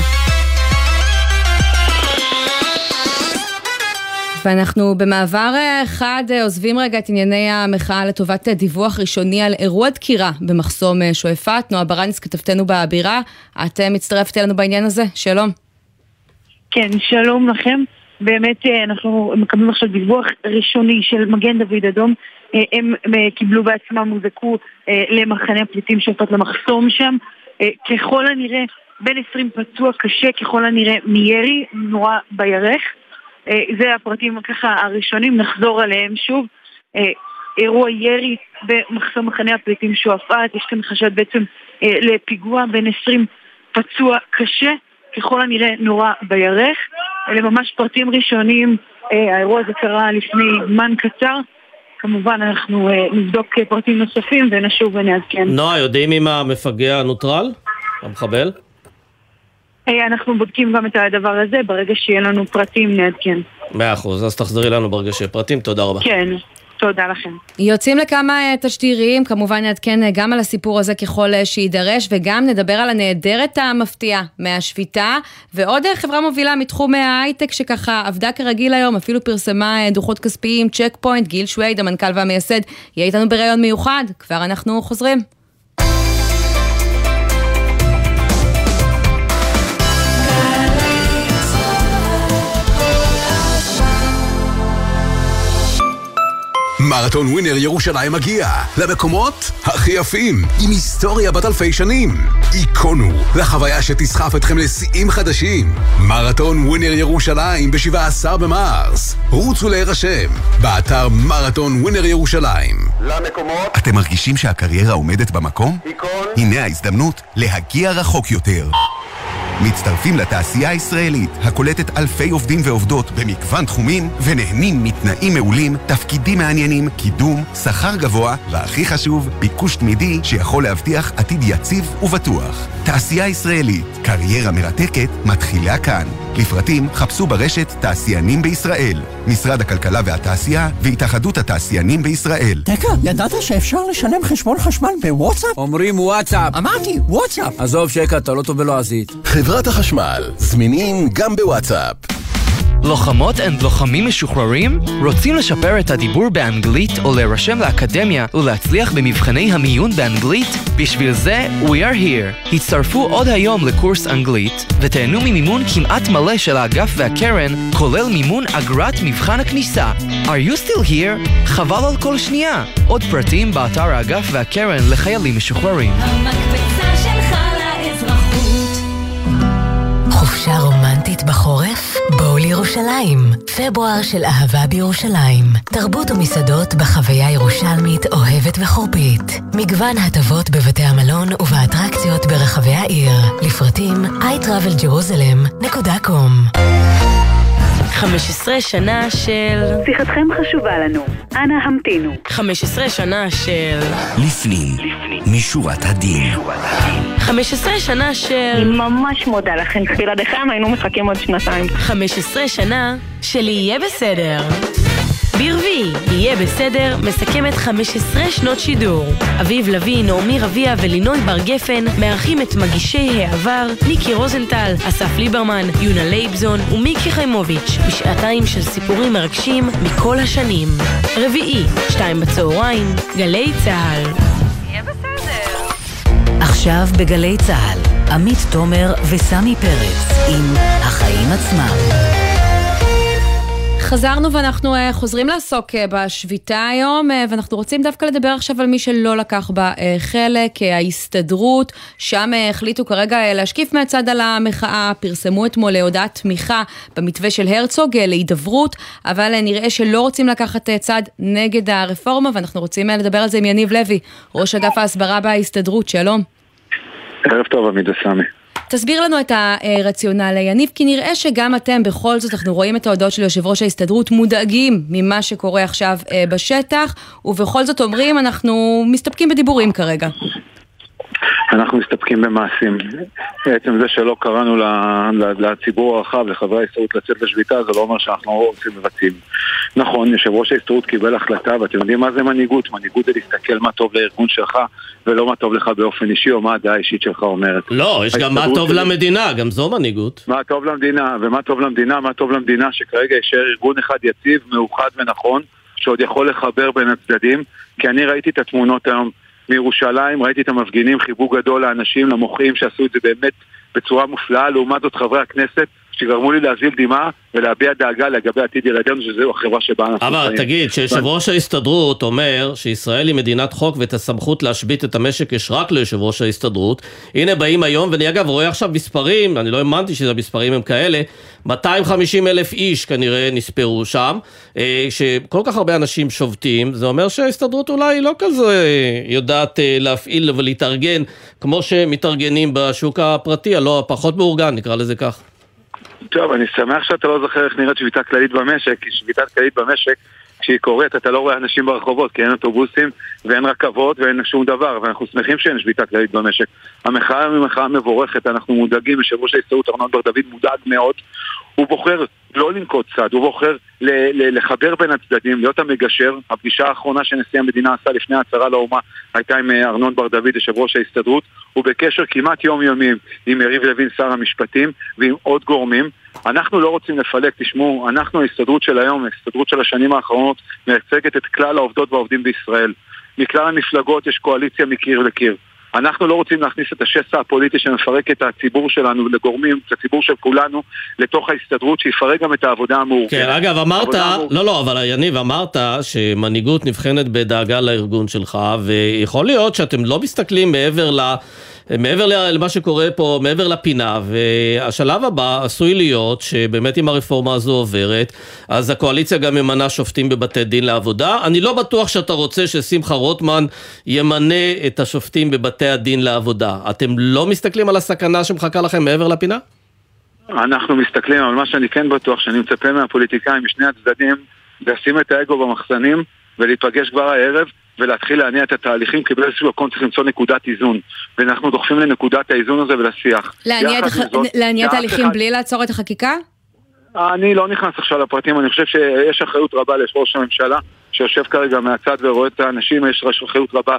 ואנחנו במעבר אחד עוזבים רגע את ענייני המחאה לטובת דיווח ראשוני על אירוע דקירה במחסום שועפאט. נועה ברנס, כתבתנו בבירה, את מצטרפת אלינו בעניין הזה, שלום. כן, שלום לכם. באמת אנחנו מקבלים עכשיו דיווח ראשוני של מגן דוד אדום. הם קיבלו בעצמם, מוזקו למחנה הפליטים שועפאט, למחסום שם. ככל הנראה בין עשרים פצוע קשה, ככל הנראה מירי נורא בירך. זה הפרטים ככה הראשונים, נחזור עליהם שוב. אירוע ירי במחסום מחנה הפליטים שועפאט, יש כאן חשד בעצם לפיגוע, בין עשרים פצוע קשה, ככל הנראה נורא בירך. אלה ממש פרטים ראשונים, האירוע הזה קרה לפני זמן קצר, כמובן אנחנו נבדוק פרטים נוספים ונשוב ונעדכן. נועה, יודעים אם המפגע נוטרל? המחבל? אנחנו בודקים גם את הדבר הזה, ברגע שיהיה לנו פרטים נעדכן. מאה אחוז, אז תחזרי לנו ברגע שיהיה פרטים, תודה רבה. כן, תודה לכם. יוצאים לכמה תשדירים, כמובן נעדכן גם על הסיפור הזה ככל שידרש, וגם נדבר על הנהדרת המפתיעה מהשביתה, ועוד חברה מובילה מתחום ההייטק שככה עבדה כרגיל היום, אפילו פרסמה דוחות כספיים, צ'ק פוינט, גיל שווייד, המנכ"ל והמייסד, יהיה איתנו בראיון מיוחד, כבר אנחנו חוזרים. מרתון ווינר ירושלים מגיע למקומות הכי יפים, עם היסטוריה בת אלפי שנים. איקונו, לחוויה שתסחף אתכם לשיאים חדשים. מרתון ווינר ירושלים ב-שבעה עשר במרס. רוצו להירשם באתר מרתון ווינר ירושלים. למקומות. אתם מרגישים שהקריירה עומדת במקום? איקון. הנה ההזדמנות להגיע רחוק יותר. מצטרפים לתעשייה הישראלית, הקולטת אלפי עובדים ועובדות במגוון תחומים, ונהנים מתנאים מעולים, תפקידים מעניינים, קידום, שכר גבוה, והכי חשוב, ביקוש תמידי שיכול להבטיח עתיד יציב ובטוח. תעשייה ישראלית, קריירה מרתקת, מתחילה כאן. לפרטים חפשו ברשת תעשיינים בישראל, משרד הכלכלה והתעשייה והתאחדות התעשיינים בישראל. תקה, ידעת שאפשר לשלם חשבון חשמל בוואטסאפ? אומרים וואטסאפ. אמרתי, וואטסאפ. עזוב שקע, אתה לא טוב בלועזית. חברת החשמל, זמינים גם בוואטסאפ. לוחמות and לוחמים משוחררים? רוצים לשפר את הדיבור באנגלית או להירשם לאקדמיה ולהצליח במבחני המיון באנגלית? בשביל זה, we are here. הצטרפו עוד היום לקורס אנגלית ותהנו ממימון כמעט מלא של האגף והקרן, כולל מימון אגרת מבחן הכניסה. Are you still here? חבל על כל שנייה. עוד פרטים באתר האגף והקרן לחיילים משוחררים. המקפצה שלך לאזרחות. חופשה רומנטית בחורף? בואו לירושלים. פברואר של אהבה בירושלים. תרבות ומסעדות בחוויה ירושלמית אוהבת וחורפית. מגוון הטבות בבתי המלון ובאטרקציות ברחבי העיר. לפרטים איי טראבל ג'רוזלם נקודה קום. חמש עשרה שנה של... שיחתכם חשובה לנו. אנא המתינו. חמש עשרה שנה של... לפנים. משורת הדין. חמש עשרה שנה של... אני ממש מודה לכם. בלעדיכם היינו מחכים עוד שנתיים. חמש עשרה שנה של יהיה בסדר. ברביעי, יהיה בסדר, מסכמת חמש עשרה שנות שידור. אביב לוי, נעמי רביה ולינוי בר גפן מארחים את מגישי העבר, ניקי רוזנטל, אסף ליברמן, יונה לייבזון ומיקי חיימוביץ' בשעתיים של סיפורים מרגשים מכל השנים. רביעי, שתיים בצהריים, גלי צהל. יהיה בסדר. עכשיו בגלי צהל, עמית תומר וסמי פרץ עם החיים עצמם. חזרנו ואנחנו uh, חוזרים לעסוק uh, בשביתה היום, uh, ואנחנו רוצים דווקא לדבר עכשיו על מי שלא לקח בה uh, חלק, uh, ההסתדרות, שם uh, החליטו כרגע uh, להשקיף מהצד על המחאה, פרסמו אתמול להודעת תמיכה במתווה של הרצוג uh, להידברות, אבל uh, נראה שלא רוצים לקחת uh, צד נגד הרפורמה, ואנחנו רוצים uh, לדבר על זה עם יניב לוי, ראש אגף ההסברה בהסתדרות. שלום. ערב טוב, עמיד וסמי. תסביר לנו את הרציונל, יניב, כי נראה שגם אתם בכל זאת, אנחנו רואים את ההודעות של יושב ראש ההסתדרות, מודאגים ממה שקורה עכשיו בשטח, ובכל זאת אומרים, אנחנו מסתפקים בדיבורים כרגע. אנחנו מסתפקים במעשים. בעצם זה שלא קראנו לציבור הרחב, לחברי ההסתדרות לצאת לשביתה, זה לא אומר שאנחנו רוצים מבצעים. נכון, יושב ראש ההסתדרות קיבל החלטה, ואתם יודעים מה זה מנהיגות? מנהיגות זה להסתכל מה טוב לארגון שלך, ולא מה טוב לך באופן אישי, או מה הדעה האישית שלך אומרת. לא, יש גם מה טוב למדינה, גם זו מנהיגות. מה טוב למדינה, ומה טוב למדינה, מה טוב למדינה, שכרגע יישאר ארגון אחד יציב, מאוחד ונכון, שעוד יכול לחבר בין הצדדים, כי אני ראיתי את התמונות היום מירושלים, ראיתי את המפגינים, חיבוק גדול לאנשים, למוחים שעשו את זה באמת בצורה מופלאה, לעומת זאת חברי הכנסת שגרמו לי להזיל דמעה ולהביע דאגה לגבי עתיד ילדינו, שזו החברה שבה אנחנו חיים. אבל תגיד, שיושב ראש ההסתדרות אומר שישראל היא מדינת חוק ואת הסמכות להשבית את המשק יש רק ליושב ראש ההסתדרות. הנה באים היום, ואני אגב רואה עכשיו מספרים, אני לא האמנתי שהמספרים הם כאלה, מאתיים וחמישים אלף איש כנראה נספרו שם, שכל כך הרבה אנשים שובתים, זה אומר שההסתדרות אולי לא כזה יודעת להפעיל ולהתארגן כמו שמתארגנים בשוק הפרטי, הלא פחות מאורגן, נקרא לזה כך. טוב, אני שמח שאתה לא זוכר איך נראית שביתה כללית במשק, כי שביתה כללית במשק, כשהיא קורית, אתה לא רואה אנשים ברחובות, כי אין אוטובוסים ואין רכבות ואין שום דבר, ואנחנו שמחים שאין שביתה כללית במשק. המחאה היא מחאה מבורכת, אנחנו מודאגים, יושב ראש ההסתדרות ארנון בר דוד מודאג מאוד, הוא בוחר לא לנקוט צד, הוא בוחר ל- ל- לחבר בין הצדדים, להיות המגשר. הפגישה האחרונה שנשיא המדינה עשה לפני ההצהרה לאומה הייתה עם ארנון בר דוד, יושב ראש ההסתדרות, הוא בקשר כמעט יומיומי עם יריב לוין שר המשפטים ועם עוד גורמים. אנחנו לא רוצים לפלג, תשמעו, אנחנו ההסתדרות של היום, ההסתדרות של השנים האחרונות, מייצגת את כלל העובדות והעובדים בישראל. מכלל המפלגות יש קואליציה מקיר לקיר. אנחנו לא רוצים להכניס את השסע הפוליטי שמפרק את הציבור שלנו לגורמים, את הציבור של כולנו, לתוך ההסתדרות, שיפרק גם את העבודה המאורגנת. כן, אגב, אמרת, לא, לא, אבל יניב, אמרת שמנהיגות נבחנת בדאגה לארגון שלך, ויכול להיות שאתם לא מסתכלים מעבר ל... מעבר למה שקורה פה, מעבר לפינה, והשלב הבא עשוי להיות שבאמת אם הרפורמה הזו עוברת, אז הקואליציה גם ממנה שופטים בבתי דין לעבודה. אני לא בטוח שאתה רוצה ששמחה רוטמן ימנה את השופטים בבתי הדין לעבודה. אתם לא מסתכלים על הסכנה שמחכה לכם מעבר לפינה? אנחנו מסתכלים, אבל מה שאני כן בטוח, שאני מצפה מהפוליטיקאים משני הצדדים, לשים את האגו במחסנים ולהיפגש כבר הערב, ולהתחיל להניע את התהליכים, כי באיזשהו מקום צריך למצוא נקודת איזון, ואנחנו דוחפים לנקודת האיזון הזה ולשיח. להניע תהליכים בלי לעצור את החקיקה? אני לא נכנס עכשיו לפרטים, אני חושב שיש אחריות רבה לראש הממשלה, שיושב כרגע מהצד ורואה את האנשים, יש אחריות רבה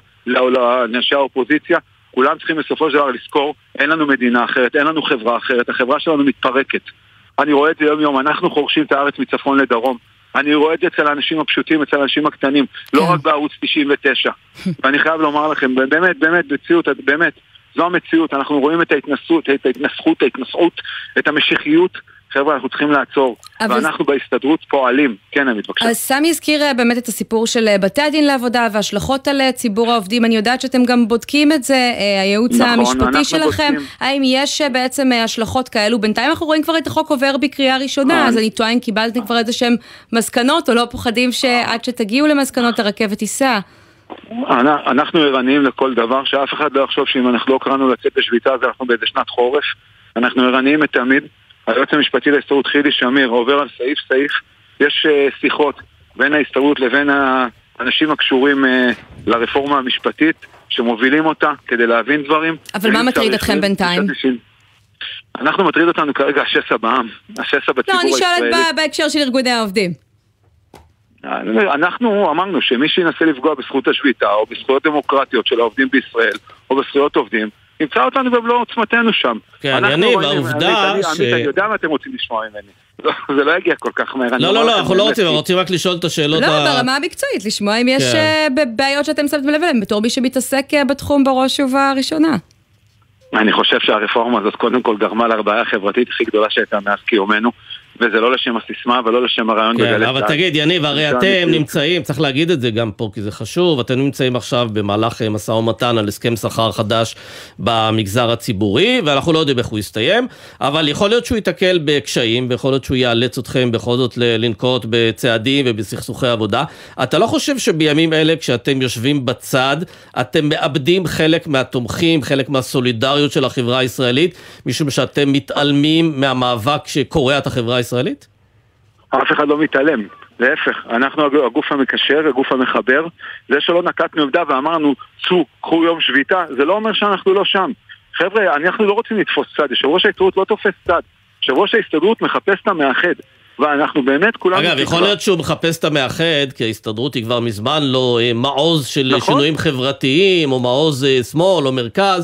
לאנשי האופוזיציה, כולם צריכים בסופו של דבר לזכור, אין לנו מדינה אחרת, אין לנו חברה אחרת, החברה שלנו מתפרקת. אני רואה את זה יום יום, אנחנו חורשים את הארץ מצפון לדרום, אני רואה את זה אצל האנשים הפשוטים, אצל האנשים הקטנים, לא רק בערוץ תשעים ותשע. ואני חייב לומר לכם, באמת, באמת, בציאות, באמת, זו המציאות, אנחנו רואים את ההתנסות, את ההתנסחות, ההתנסעות, את המשיחיות, חבר'ה, אנחנו צריכים לעצור, אבל... ואנחנו בהסתדרות פועלים. כן, אני מתבקשה. אז סמי הזכיר באמת את הסיפור של בתי הדין לעבודה וההשלכות על ציבור העובדים. אני יודעת שאתם גם בודקים את זה, הייעוץ נכון, המשפטי שלכם. בודקים. האם יש בעצם השלכות כאלו? בינתיים אנחנו רואים כבר את החוק עובר בקריאה ראשונה, אז אני טוען, קיבלתם כבר איזה שהם מסקנות, או לא פוחדים שעד שתגיעו למסקנות הרכבת תיסע? אנחנו ערניים לכל דבר, שאף אחד לא יחשוב שאם אנחנו לא קראנו לצאת לשביתה, אז אנחנו באיזה שנת חורף. אנחנו ערניים תמיד. היועץ המשפטי להסתדרות חילי שמיר עובר על סעיף סעיף, יש uh, שיחות בין ההסתדרות לבין האנשים הקשורים uh, לרפורמה המשפטית שמובילים אותה כדי להבין דברים. אבל מה מטריד אתכם בינתיים? אנחנו מטריד אותנו כרגע השסע בעם, השסע בציבור הישראלי. לא, אני שואלת בהקשר של ארגוני העובדים. אנחנו אמרנו שמי שינסה לפגוע בזכות השביתה או בזכויות דמוקרטיות של העובדים בישראל או בזכויות עובדים, נמצא אותנו במלוא עוצמתנו שם. כן, יניב, העובדה ש... אני יודע מה אתם רוצים לשמוע ממני. זה לא יגיע כל כך מהר. לא, לא, לא, אנחנו לא רוצים, אנחנו רוצים רק לשאול את השאלות. לא, ברמה המקצועית, לשמוע אם יש בעיות שאתם שמתם לב אליהם, בתור מי שמתעסק בתחום בראש ובראשונה. אני חושב שהרפורמה הזאת קודם כל גרמה להרבעה החברתית הכי גדולה שהייתה מאז קיומנו, וזה לא לשם הסיסמה ולא לשם הרעיון כן, בגלי צה"ל. אבל תגיד, יניב, הרי אתם נמצאים, צריך להגיד את זה גם פה, כי זה חשוב, אתם נמצאים עכשיו במהלך משא ומתן על הסכם שכר חדש במגזר הציבורי, ואנחנו לא יודעים איך הוא יסתיים, אבל יכול להיות שהוא ייתקל בקשיים, ויכול להיות שהוא יאלץ אתכם בכל זאת לנקוט בצעדים ובסכסוכי עבודה. אתה לא חושב שבימים אלה, כשאתם יושבים בצד, אתם מאבדים חלק מהתומכים, חלק מהסולידריות של החברה הישראלית, משום שאתם מתעלמים מהמאבק שקורע את החברה הישראלית? ישראלית? אף אחד לא מתעלם, להפך, אנחנו הגוף המקשר, הגוף המחבר, זה שלא נקטנו עמדה ואמרנו, צאו, קחו יום שביתה, זה לא אומר שאנחנו לא שם. חבר'ה, אנחנו לא רוצים לתפוס צד, יושב ראש ההסתדרות לא תופס צד, יושב ראש ההסתדרות מחפש את המאחד, ואנחנו באמת כולנו... אגב, יכול להיות שהוא מחפש את המאחד, כי ההסתדרות היא כבר מזמן לא מעוז של שינויים חברתיים, או מעוז שמאל או מרכז,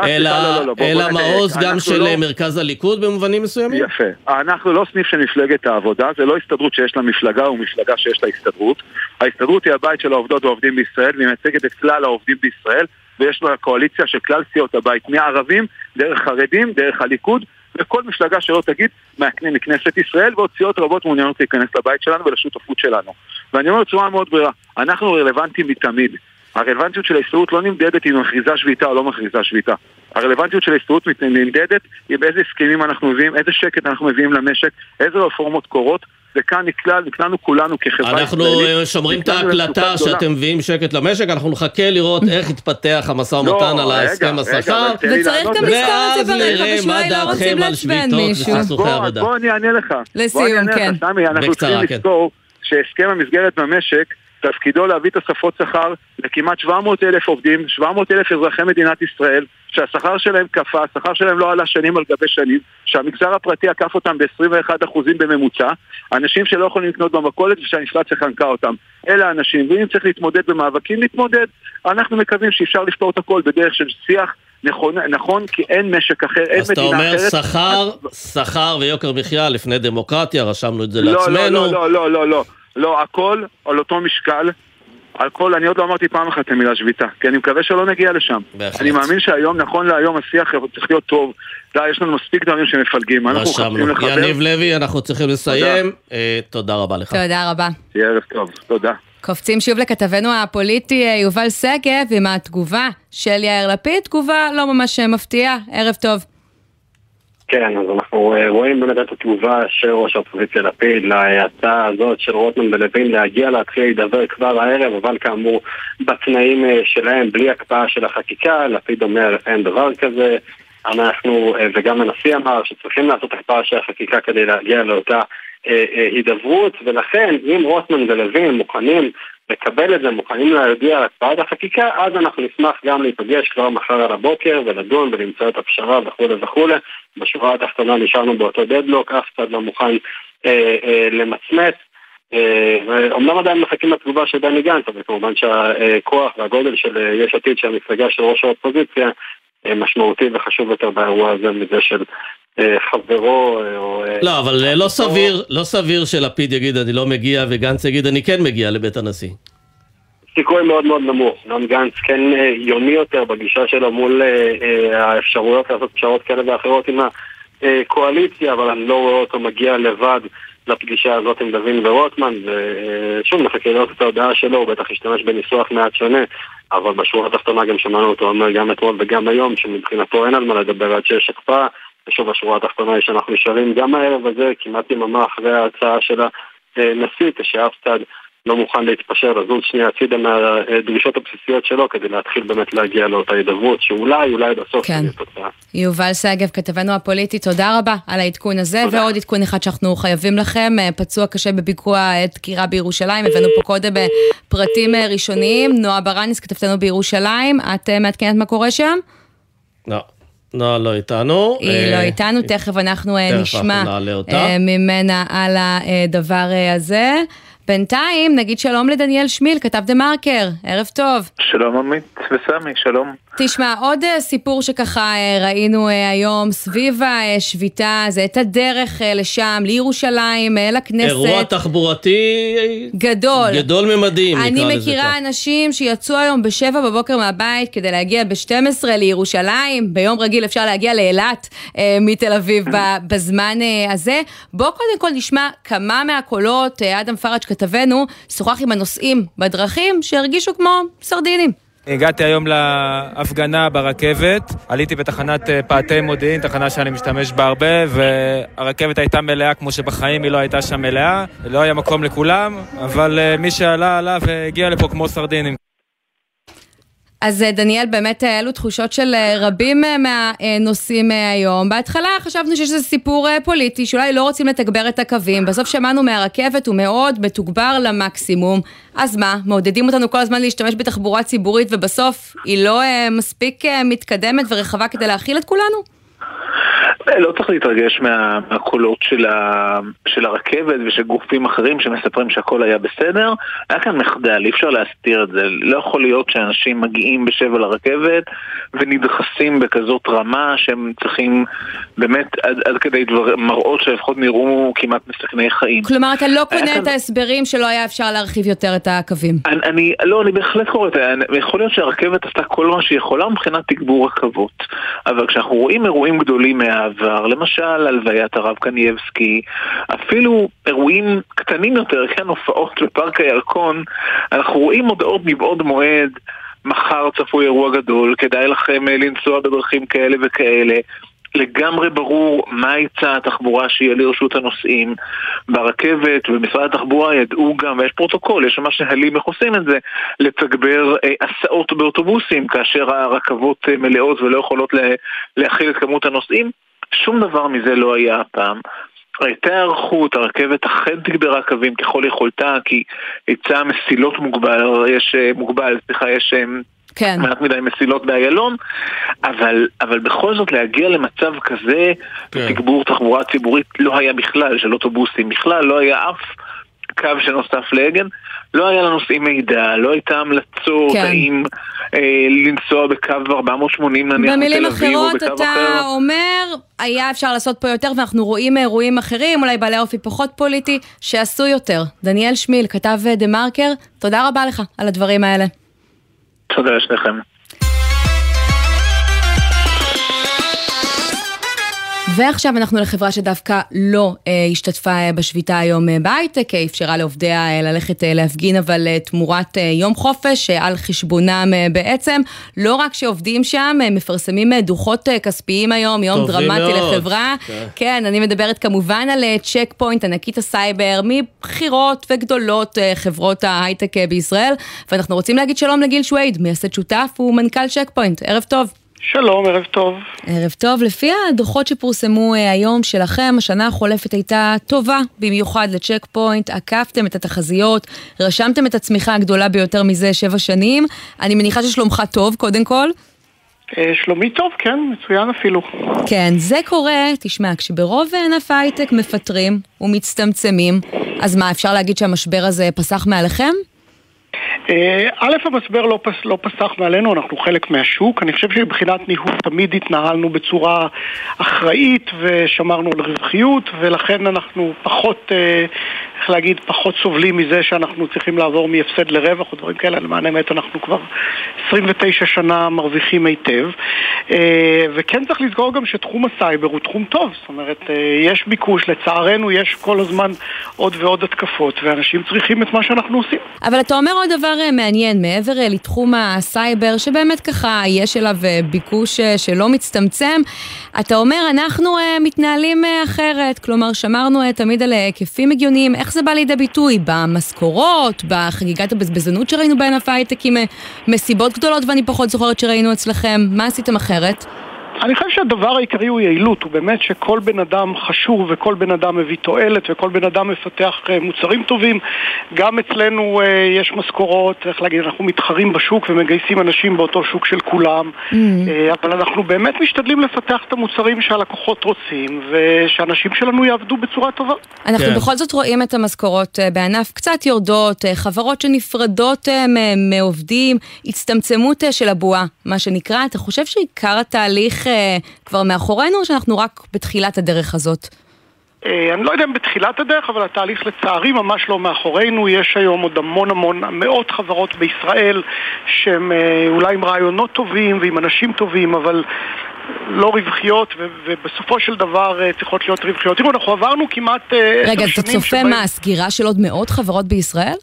אלא מעוז גם של מרכז הליכוד במובנים מסוימים? יפה. אנחנו לא סניף של מפלגת העבודה, זה לא הסתדרות שיש לה מפלגה או מפלגה שיש לה הסתדרות. ההסתדרות היא הבית של העובדות והעובדים בישראל, והיא מייצגת את כלל העובדים בישראל, ויש לה קואליציה של כלל סיעות הבית, מהערבים, דרך חרדים, דרך הליכוד, וכל מפלגה שלא תגיד מכנסת ישראל, ועוד סיעות רבות מעוניינות להיכנס לבית שלנו ולשותפות שלנו. ואני אומר בצורה מאוד ברירה, אנחנו רלוונטיים מתמיד. הרלוונטיות של ההסתדרות לא נמדדת אם מכריזה שביתה או לא מכריזה שביתה. הרלוונטיות של ההסתדרות נמדדת היא באיזה הסכמים אנחנו מביאים, איזה שקט אנחנו מביאים למשק, איזה רפורמות קורות, וכאן נקלל, נקלענו כולנו כחברה אנחנו ישראלית. שומרים את ההקלטה שאתם מביאים שקט למשק, אנחנו נחכה לראות איך יתפתח המשא ומתן על ההסכם השכר, וצריך גם לזכור את זה ברגע, מה דעתכם על שביתות וסכסוכי עבודה. בוא אני אענה לך. לסיום, כן. אנחנו צריכים לזכור שהסכם המסגרת במשק תפקידו להביא תוספות שכר לכמעט שבע מאות אלף עובדים, שבע מאות אלף אזרחי מדינת ישראל, שהשכר שלהם קפה, השכר שלהם לא עלה שנים על גבי שנים, שהמגזר הפרטי עקף אותם ב-עשרים ואחד אחוזים בממוצע, אנשים שלא יכולים לקנות במכולת ושהאינפלציה חנקה אותם. אלה האנשים, ואם צריך להתמודד במאבקים, להתמודד. אנחנו מקווים שאפשר לפתור את הכל בדרך של שיח נכון, נכון, כי אין משק אחר, אין מדינה אחרת. אז אתה אומר שכר, שכר ויוקר מחיה לפני דמוקרטיה, רשמנו את זה לעצמנו. לא, לא, לא, לא, לא. לא, הכל על אותו משקל, על כל, אני עוד לא אמרתי פעם אחת למילה שביתה, כי אני מקווה שלא נגיע לשם. בהחלט. אני מאמין שהיום, נכון להיום, השיח צריך להיות טוב. די, יש לנו מספיק דברים שמפלגים. אנחנו חפשים לחבר. יניב לוי, אנחנו צריכים לסיים. תודה, אה, תודה רבה לך. תודה רבה. תהיה ערב טוב, תודה. קופצים שוב לכתבנו הפוליטי יובל סגב, עם התגובה של יאיר לפיד, תגובה לא ממש מפתיעה. ערב טוב. כן, אז אנחנו רואים באמת את התגובה של ראש האופוזיציה לפיד להצעה הזאת של רוטמן ולוין להגיע להתחיל להידבר כבר הערב, אבל כאמור בתנאים שלהם, בלי הקפאה של החקיקה. לפיד אומר אין דבר כזה, אנחנו וגם הנשיא אמר שצריכים לעשות הקפאה של החקיקה כדי להגיע לאותה הידברות, ולכן אם רוטמן ולוין מוכנים לקבל את זה, מוכנים להודיע על הקפאת החקיקה, אז אנחנו נשמח גם להיפגש כבר מחר על הבוקר ולדון ולמצוא את הפשרה וכו' וכו'. בשורה התחתונה נשארנו באותו דדלוק, אף צד לא מוכן אה, אה, למצמץ, אה, ואומנם עדיין מחכים לתגובה של בני גנץ, אבל כמובן שהכוח והגודל של יש עתיד של המפלגה של ראש האופוזיציה אה, משמעותי וחשוב יותר באירוע הזה מזה של אה, חברו או... אה, לא, אבל אה, לא סביר, לא סביר שלפיד יגיד אני לא מגיע וגנץ יגיד אני כן מגיע לבית הנשיא. סיכוי מאוד מאוד נמוך. נועם גנץ כן יומי יותר בגישה שלו מול האפשרויות לעשות פשרות כאלה ואחרות עם קואליציה, אבל אני לא רואה אותו מגיע לבד לפגישה הזאת עם דוד ורוטמן, ושוב נחכה לראות את ההודעה שלו, הוא בטח ישתמש בניסוח מעט שונה, אבל בשורה התחתונה גם שמענו אותו אומר גם אתמול וגם היום, שמבחינתו אין על מה לדבר עד שיש הקפאה, ושוב השורה התחתונה היא שאנחנו נשארים גם הערב הזה, כמעט יממה אחרי ההצעה של הנשיא, כשאף צד לא מוכן להתפשר, לזוז שנייה הצידה מהדרישות הבסיסיות שלו, כדי להתחיל באמת להגיע לאותה הידברות, שאולי, אולי בסוף כן. תהיה תוצאה. יובל סגב, כתבנו הפוליטי, תודה רבה על העדכון הזה, תודה. ועוד עדכון אחד שאנחנו חייבים לכם, פצוע קשה בפיגוע דקירה בירושלים, הבאנו פה קודם פרטים ראשוניים, נועה ברניס, כתבתנו בירושלים, את מעדכנת מה קורה שם? לא. נועה לא איתנו. היא לא איתנו, תכף אנחנו נשמע ממנה על הדבר הזה. בינתיים נגיד שלום לדניאל שמיל, כתב דה מרקר, ערב טוב. שלום עמית וסמי, שלום. תשמע, עוד סיפור שככה ראינו היום סביב השביתה, זה את הדרך לשם, לירושלים, לכנסת. אירוע תחבורתי גדול. גדול ממדים. אני מכירה אנשים שיצאו היום בשבע בבוקר מהבית כדי להגיע ב-שתים עשרה לירושלים, ביום רגיל אפשר להגיע לאילת מתל אביב בזמן הזה. בוא קודם כל נשמע כמה מהקולות, אדם פראג' כתבנו, שוחח עם הנוסעים בדרכים שהרגישו כמו סרדינים. הגעתי היום להפגנה ברכבת, עליתי בתחנת פאתי מודיעין, תחנה שאני משתמש בה הרבה, והרכבת הייתה מלאה כמו שבחיים היא לא הייתה שם מלאה, לא היה מקום לכולם, אבל מי שעלה עלה והגיע לפה כמו סרדינים. אז דניאל, באמת אלו תחושות של רבים מהנושאים היום. בהתחלה חשבנו שיש איזה סיפור פוליטי, שאולי לא רוצים לתגבר את הקווים. בסוף שמענו מהרכבת, הוא מאוד מתוגבר למקסימום. אז מה? מעודדים אותנו כל הזמן להשתמש בתחבורה ציבורית, ובסוף היא לא מספיק מתקדמת ורחבה כדי להכיל את כולנו? לא צריך להתרגש מה, מהקולות של, ה, של הרכבת ושל גופים אחרים שמספרים שהכל היה בסדר. היה כאן מחדל, אי אפשר להסתיר את זה. לא יכול להיות שאנשים מגיעים בשבע לרכבת ונדחסים בכזאת רמה שהם צריכים באמת עד, עד כדי דבר, מראות שלפחות נראו כמעט מסכני חיים. כלומר, אתה לא קונה את ההסברים שלא היה אפשר להרחיב יותר את הקווים. אני, אני, לא, אני בהחלט קורא את זה. יכול להיות שהרכבת עשתה כל מה שיכולה מבחינת תגבור רכבות. אבל כשאנחנו רואים אירועים גדולים מהעבר, למשל הלוויית הרב קנייבסקי, אפילו אירועים קטנים יותר, כן, הופעות בפארק הירקון, אנחנו רואים מודעות מבעוד מועד, מחר צפוי אירוע גדול, כדאי לכם לנסוע בדרכים כאלה וכאלה, לגמרי ברור מה יצא התחבורה שיהיה לרשות הנוסעים ברכבת, ומשרד התחבורה ידעו גם, ויש פרוטוקול, יש ממש נהלים איך עושים את זה, לתגבר אה, הסעות באוטובוסים כאשר הרכבות אה, מלאות ולא יכולות להכיל את כמות הנוסעים. שום דבר מזה לא היה הפעם. הייתה הערכות, הרכבת אכן תגברה קווים ככל יכולתה, כי יצא מסילות מוגבל, יש מוגבל, סליחה, יש כן. מעט מדי מסילות באיילון, אבל, אבל בכל זאת להגיע למצב כזה, כן. תגבור תחבורה ציבורית לא היה בכלל, של אוטובוסים בכלל, לא היה אף קו שנוסף לאגן, לא היה לנוסעים מידע, לא הייתה המלצות, כן. האם אה, לנסוע בקו ארבע מאות ושמונים נניח במילים בתל אביב או בקו אחר. אחרות אתה אומר, היה אפשר לעשות פה יותר, ואנחנו רואים אירועים אחרים, אולי בעלי אופי פחות פוליטי, שעשו יותר. דניאל שמיל, כתב דה מרקר, תודה רבה לך על הדברים האלה. תודה לשניכם. ועכשיו אנחנו לחברה שדווקא לא אה, השתתפה בשביתה היום אה, בהייטק, אה, אפשרה לעובדיה אה, ללכת אה, להפגין, אבל אה, תמורת אה, יום חופש אה, על חשבונם אה, בעצם. לא רק שעובדים שם, אה, מפרסמים אה, דוחות אה, כספיים היום, יום דרמטי מאוד. לחברה. כן. כן, אני מדברת כמובן על אה, צ'ק פוינט, ענקית הסייבר, מבחירות וגדולות אה, חברות ההייטק אה, בישראל, ואנחנו רוצים להגיד שלום לגיל שווייד, מייסד שותף ומנכ"ל צ'ק פוינט. ערב טוב. שלום, ערב טוב. ערב טוב. לפי הדוחות שפורסמו היום שלכם, השנה החולפת הייתה טובה, במיוחד לצ'ק פוינט, עקפתם את התחזיות, רשמתם את הצמיחה הגדולה ביותר מזה שבע שנים. אני מניחה ששלומך טוב, קודם כל. שלומי טוב, כן, מצוין אפילו. כן, זה קורה, תשמע, כשברוב ענף ההייטק מפטרים ומצטמצמים, אז מה, אפשר להגיד שהמשבר הזה פסח מעליכם? א', המשבר לא, פס, לא פסח מעלינו, אנחנו חלק מהשוק. אני חושב שבחינת ניהול תמיד התנהלנו בצורה אחראית ושמרנו על רווחיות, ולכן אנחנו פחות, איך להגיד, פחות סובלים מזה שאנחנו צריכים לעבור מהפסד לרווח או דברים כאלה. למען האמת אנחנו כבר עשרים ותשע שנה מרוויחים היטב. וכן צריך לזכור גם שתחום הסייבר הוא תחום טוב. זאת אומרת, יש ביקוש, לצערנו יש כל הזמן עוד ועוד התקפות, ואנשים צריכים את מה שאנחנו עושים. אבל אתה אומר עוד דבר מעניין, מעבר לתחום הסייבר, שבאמת ככה יש אליו ביקוש שלא מצטמצם, אתה אומר, אנחנו מתנהלים אחרת, כלומר, שמרנו תמיד על היקפים הגיוניים. איך זה בא לידי ביטוי? במשכורות, בחגיגת הבזבזנות שראינו בענף ההייטק עם מסיבות גדולות, ואני פחות זוכרת שראינו אצלכם. מה עשיתם אחרת? אני חושב שהדבר העיקרי הוא יעילות, הוא באמת שכל בן אדם חשוב וכל בן אדם מביא תועלת וכל בן אדם מפתח מוצרים טובים. גם אצלנו יש משכורות, איך להגיד, אנחנו מתחרים בשוק ומגייסים אנשים באותו שוק של כולם, mm. אבל אנחנו באמת משתדלים לפתח את המוצרים שהלקוחות רוצים ושאנשים שלנו יעבדו בצורה טובה. אנחנו כן. בכל זאת רואים את המשכורות בענף קצת יורדות, חברות שנפרדות מעובדים, הצטמצמות של הבועה, מה שנקרא. אתה חושב שעיקר התהליך כבר מאחורינו, או שאנחנו רק בתחילת הדרך הזאת? אני לא יודע אם בתחילת הדרך, אבל התהליך לצערי ממש לא מאחורינו. יש היום עוד המון המון מאות חברות בישראל שהם אולי עם רעיונות טובים ועם אנשים טובים, אבל לא רווחיות, ובסופו של דבר צריכות להיות רווחיות. תראו, אנחנו עברנו כמעט עשר שנים... רגע, אתה צופה מה, סגירה של עוד מאות חברות בישראל?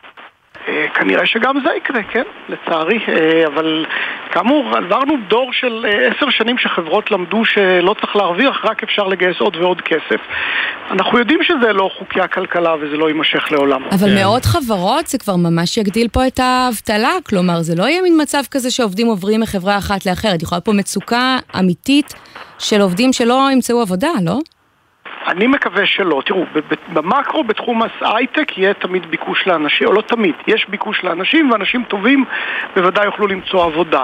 כנראה שגם זה יקרה, כן, לצערי, אבל כאמור, עברנו דור של עשר שנים שחברות למדו שלא צריך להרוויח, רק אפשר לגייס עוד ועוד כסף. אנחנו יודעים שזה לא חוקי הכלכלה וזה לא יימשך לעולם. אבל כן. מאות חברות זה כבר ממש יגדיל פה את האבטלה, כלומר זה לא יהיה מין מצב כזה שעובדים עוברים מחברה אחת לאחרת, יכולה פה מצוקה אמיתית של עובדים שלא ימצאו עבודה, לא? אני מקווה שלא. תראו, במקרו, בתחום ההייטק, יהיה תמיד ביקוש לאנשים, או לא תמיד, יש ביקוש לאנשים, ואנשים טובים בוודאי יוכלו למצוא עבודה.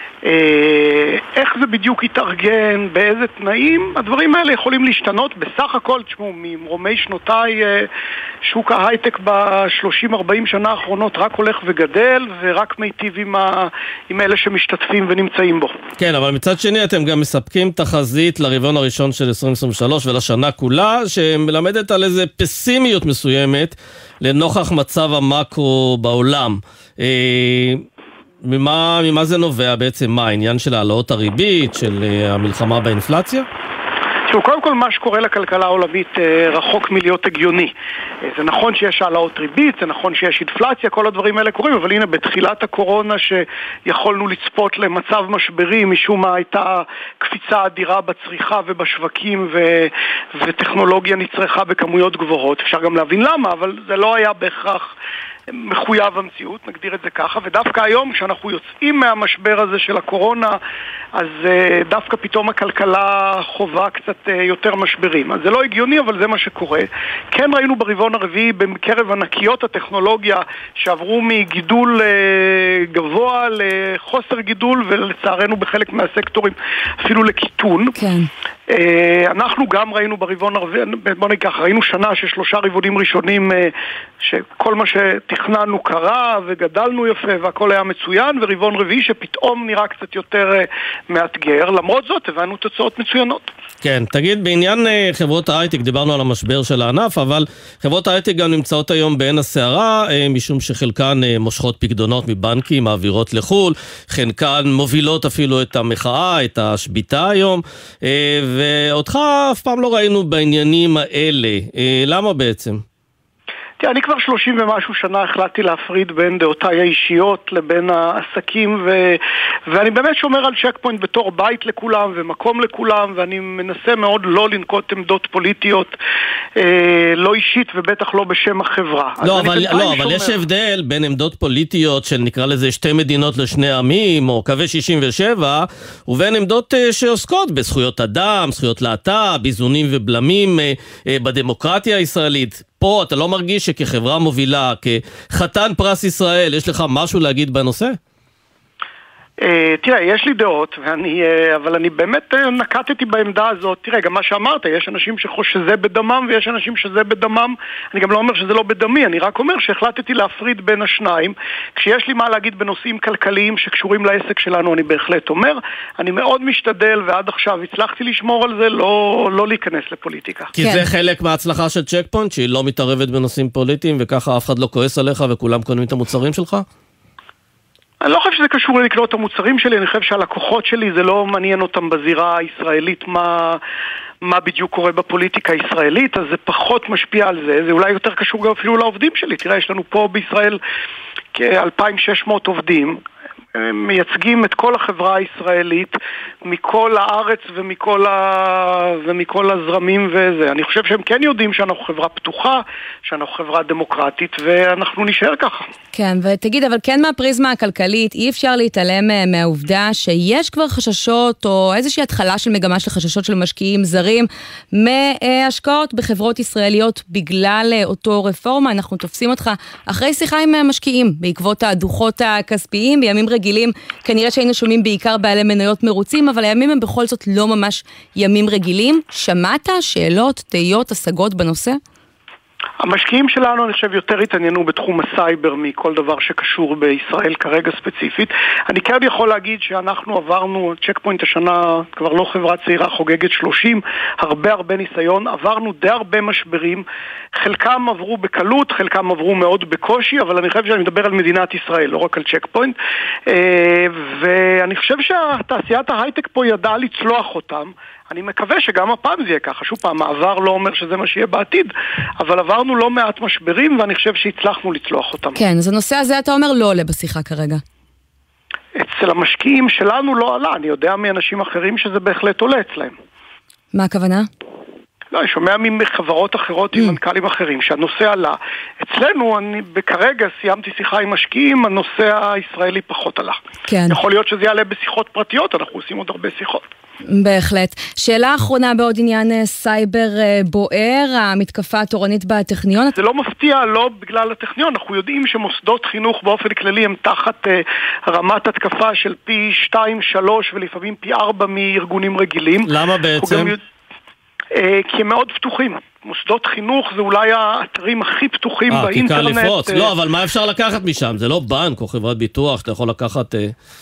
איך זה בדיוק יתארגן, באיזה תנאים, הדברים האלה יכולים להשתנות. בסך הכל, תשמעו, ממרומי שנותיי, שוק ההייטק ב-שלושים ארבעים שנה האחרונות רק הולך וגדל, ורק מיטיב עם, ה... עם אלה שמשתתפים ונמצאים בו. כן, אבל מצד שני אתם גם מספקים תחזית לרבעון הראשון של עשרים עשרים ושלוש ולשנה כולה, שמלמדת על איזה פסימיות מסוימת לנוכח מצב המקרו בעולם. ממה, ממה זה נובע בעצם? מה, העניין של העלאות הריבית, של uh, המלחמה באינפלציה? תראו, קודם כל מה שקורה לכלכלה העולמית uh, רחוק מלהיות הגיוני. Uh, זה נכון שיש העלאות ריבית, זה נכון שיש אינפלציה, כל הדברים האלה קורים, אבל הנה בתחילת הקורונה שיכולנו לצפות למצב משברי, משום מה הייתה קפיצה אדירה בצריכה ובשווקים, ו- וטכנולוגיה נצרכה בכמויות גבוהות. אפשר גם להבין למה, אבל זה לא היה בהכרח מחויב המציאות, נגדיר את זה ככה, ודווקא היום כשאנחנו יוצאים מהמשבר הזה של הקורונה, אז דווקא פתאום הכלכלה חובה קצת יותר משברים. אז זה לא הגיוני, אבל זה מה שקורה. כן ראינו ברבעון הרביעי בקרב ענקיות הטכנולוגיה שעברו מגידול גבוה לחוסר גידול, ולצערנו בחלק מהסקטורים אפילו לקיטון. כן. אנחנו גם ראינו ברבעון הרביעי, בוא ניקח, ראינו שנה ששלושה רבעונים ראשונים שכל מה שתכננו קרה וגדלנו יפה והכל היה מצוין, ורבעון רביעי שפתאום נראה קצת יותר מאתגר. למרות זאת הבנו תוצאות מצוינות. כן, תגיד, בעניין חברות ההייטק דיברנו על המשבר של הענף, אבל חברות ההייטק גם נמצאות היום בעין הסערה, משום שחלקן מושכות פקדונות מבנקים, מעבירות לחול, חלקן מובילות אפילו את המחאה, את השביתה היום, ואותך אף פעם לא ראינו בעניינים האלה. למה בעצם? תראה, אני כבר שלושים ומשהו שנה החלטתי להפריד בין דעותיי האישיות לבין העסקים, ו... ואני באמת שומר על צ'ק פוינט בתור בית לכולם ומקום לכולם, ואני מנסה מאוד לא לנקוט עמדות פוליטיות, אה, לא אישית ובטח לא בשם החברה. לא, אבל, לא אבל יש הבדל בין עמדות פוליטיות של נקרא לזה שתי מדינות לשני עמים, או קווי שישים ושבע, ובין עמדות אה, שעוסקות בזכויות אדם, זכויות להט"ב, באיזונים ובלמים אה, אה, בדמוקרטיה הישראלית. פה אתה לא מרגיש שכחברה מובילה, כחתן פרס ישראל, יש לך משהו להגיד בנושא? תראה, יש לי דעות, ואני, אבל אני באמת נקטתי בעמדה הזאת. תראה, גם מה שאמרת, יש אנשים שזה בדמם ויש אנשים שזה בדמם. אני גם לא אומר שזה לא בדמי, אני רק אומר שהחלטתי להפריד בין השניים. כשיש לי מה להגיד בנושאים כלכליים שקשורים לעסק שלנו, אני בהחלט אומר. אני מאוד משתדל, ועד עכשיו הצלחתי לשמור על זה, לא, לא להיכנס לפוליטיקה. כי כן. זה חלק מההצלחה של צ'ק פוינט, שהיא לא מתערבת בנושאים פוליטיים, וככה אף אחד לא כועס עליך וכולם קונים את המוצרים שלך? אני לא חושב שזה קשור לקנות את המוצרים שלי, אני חושב שהלקוחות שלי זה לא מעניין אותם בזירה הישראלית מה, מה בדיוק קורה בפוליטיקה הישראלית, אז זה פחות משפיע על זה, זה אולי יותר קשור גם אפילו לעובדים שלי. תראה, יש לנו פה בישראל כ-אלפיים ושש מאות עובדים, מייצגים את כל החברה הישראלית מכל הארץ ומכל, ה... ומכל הזרמים וזה. אני חושב שהם כן יודעים שאנחנו חברה פתוחה, שאנחנו חברה דמוקרטית, ואנחנו נשאר ככה. כן, ותגיד, אבל כן מהפריזמה הכלכלית, אי אפשר להתעלם מהעובדה שיש כבר חששות, או איזושהי התחלה של מגמה של חששות של משקיעים זרים, מהשקעות בחברות ישראליות בגלל אותו רפורמה. אנחנו תופסים אותך אחרי שיחה עם משקיעים, בעקבות הדוחות הכספיים, בימים רגילים, כנראה שהיינו שומעים בעיקר בעלי מניות מרוצים, אבל הימים הם בכל זאת לא ממש ימים רגילים. שמעת שאלות, תהיות, השגות בנושא? המשקיעים שלנו, אני חושב, יותר התעניינו בתחום הסייבר מכל דבר שקשור בישראל כרגע ספציפית. אני כן יכול להגיד שאנחנו עברנו, צ'ק פוינט השנה כבר לא חברה צעירה, חוגגת שלושים, הרבה הרבה ניסיון, עברנו די הרבה משברים, חלקם עברו בקלות, חלקם עברו מאוד בקושי, אבל אני חושב שאני מדבר על מדינת ישראל, לא רק על צ'ק פוינט, ואני חושב שהתעשיית ההייטק פה ידעה לצלוח אותם. אני מקווה שגם הפעם זה יהיה ככה. שוב פעם, העבר לא אומר שזה מה שיהיה בעתיד, אבל עברנו לא מעט משברים, ואני חושב שהצלחנו לצלוח אותם. כן, אז הנושא הזה אתה אומר לא עולה בשיחה כרגע. אצל המשקיעים שלנו לא עלה, אני יודע מאנשים אחרים שזה בהחלט עולה אצלהם. מה הכוונה? לא, אני שומע מחברות אחרות עם מנכ"לים אחרים שהנושא עלה. אצלנו, אני כרגע סיימתי שיחה עם משקיעים, הנושא הישראלי פחות עלה. כן. יכול להיות שזה יעלה בשיחות פרטיות, אנחנו עושים עוד הרבה שיחות. בהחלט. שאלה אחרונה בעוד עניין סייבר בוער, המתקפה התורנית בטכניון. זה לא מפתיע, לא בגלל הטכניון. אנחנו יודעים שמוסדות חינוך באופן כללי הם תחת uh, רמת התקפה של פי שתיים, שלוש ולפעמים פי ארבע מארגונים רגילים. למה בעצם? יודע... Uh, כי הם מאוד פתוחים. מוסדות חינוך זה אולי האתרים הכי פתוחים 아, באינטרנט. כי קל לפרוץ. Uh... לא, אבל מה אפשר לקחת משם? זה לא בנק או חברת ביטוח, אתה יכול לקחת uh,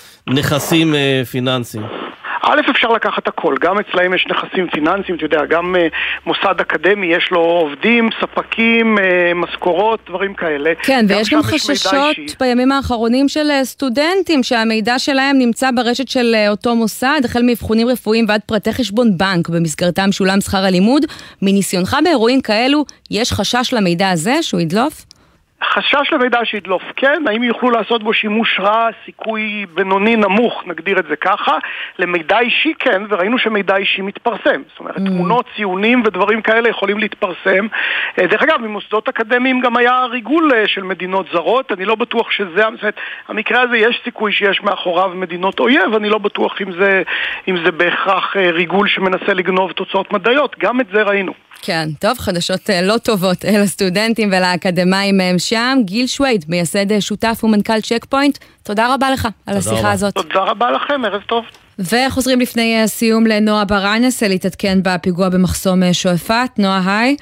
נכסים uh, פיננסיים. א', אפשר לקחת הכל, גם אצלהם יש נכסים פיננסיים, אתה יודע, גם uh, מוסד אקדמי יש לו עובדים, ספקים, uh, משכורות, דברים כאלה. כן, ויש גם חששות בימים האחרונים של uh, סטודנטים, שהמידע שלהם נמצא ברשת של uh, אותו מוסד, החל מאבחונים רפואיים ועד פרטי חשבון בנק, במסגרתם שולם שכר הלימוד. מניסיונך באירועים כאלו, יש חשש למידע הזה שהוא ידלוף? חשש למידע שידלוף, כן, האם יוכלו לעשות בו שימוש רע, סיכוי בינוני נמוך, נגדיר את זה ככה, למידע אישי כן, וראינו שמידע אישי מתפרסם, זאת אומרת, mm. תמונות, ציונים ודברים כאלה יכולים להתפרסם. דרך אגב, ממוסדות אקדמיים גם היה ריגול של מדינות זרות, אני לא בטוח שזה, המקרה הזה יש סיכוי שיש מאחוריו מדינות אויב, אני לא בטוח אם זה, אם זה בהכרח ריגול שמנסה לגנוב תוצאות מדעיות, גם את זה ראינו. כן, טוב, חדשות לא טובות לסטודנטים ולאקדמיים שם. גיל שווייד, מייסד שותף ומנכ"ל צ'ק פוינט, תודה רבה לך על השיחה רבה. הזאת. תודה רבה לכם, ערב טוב. וחוזרים לפני סיום לנועה ברנס, להתעדכן בפיגוע במחסום שועפאט. נועה, היי.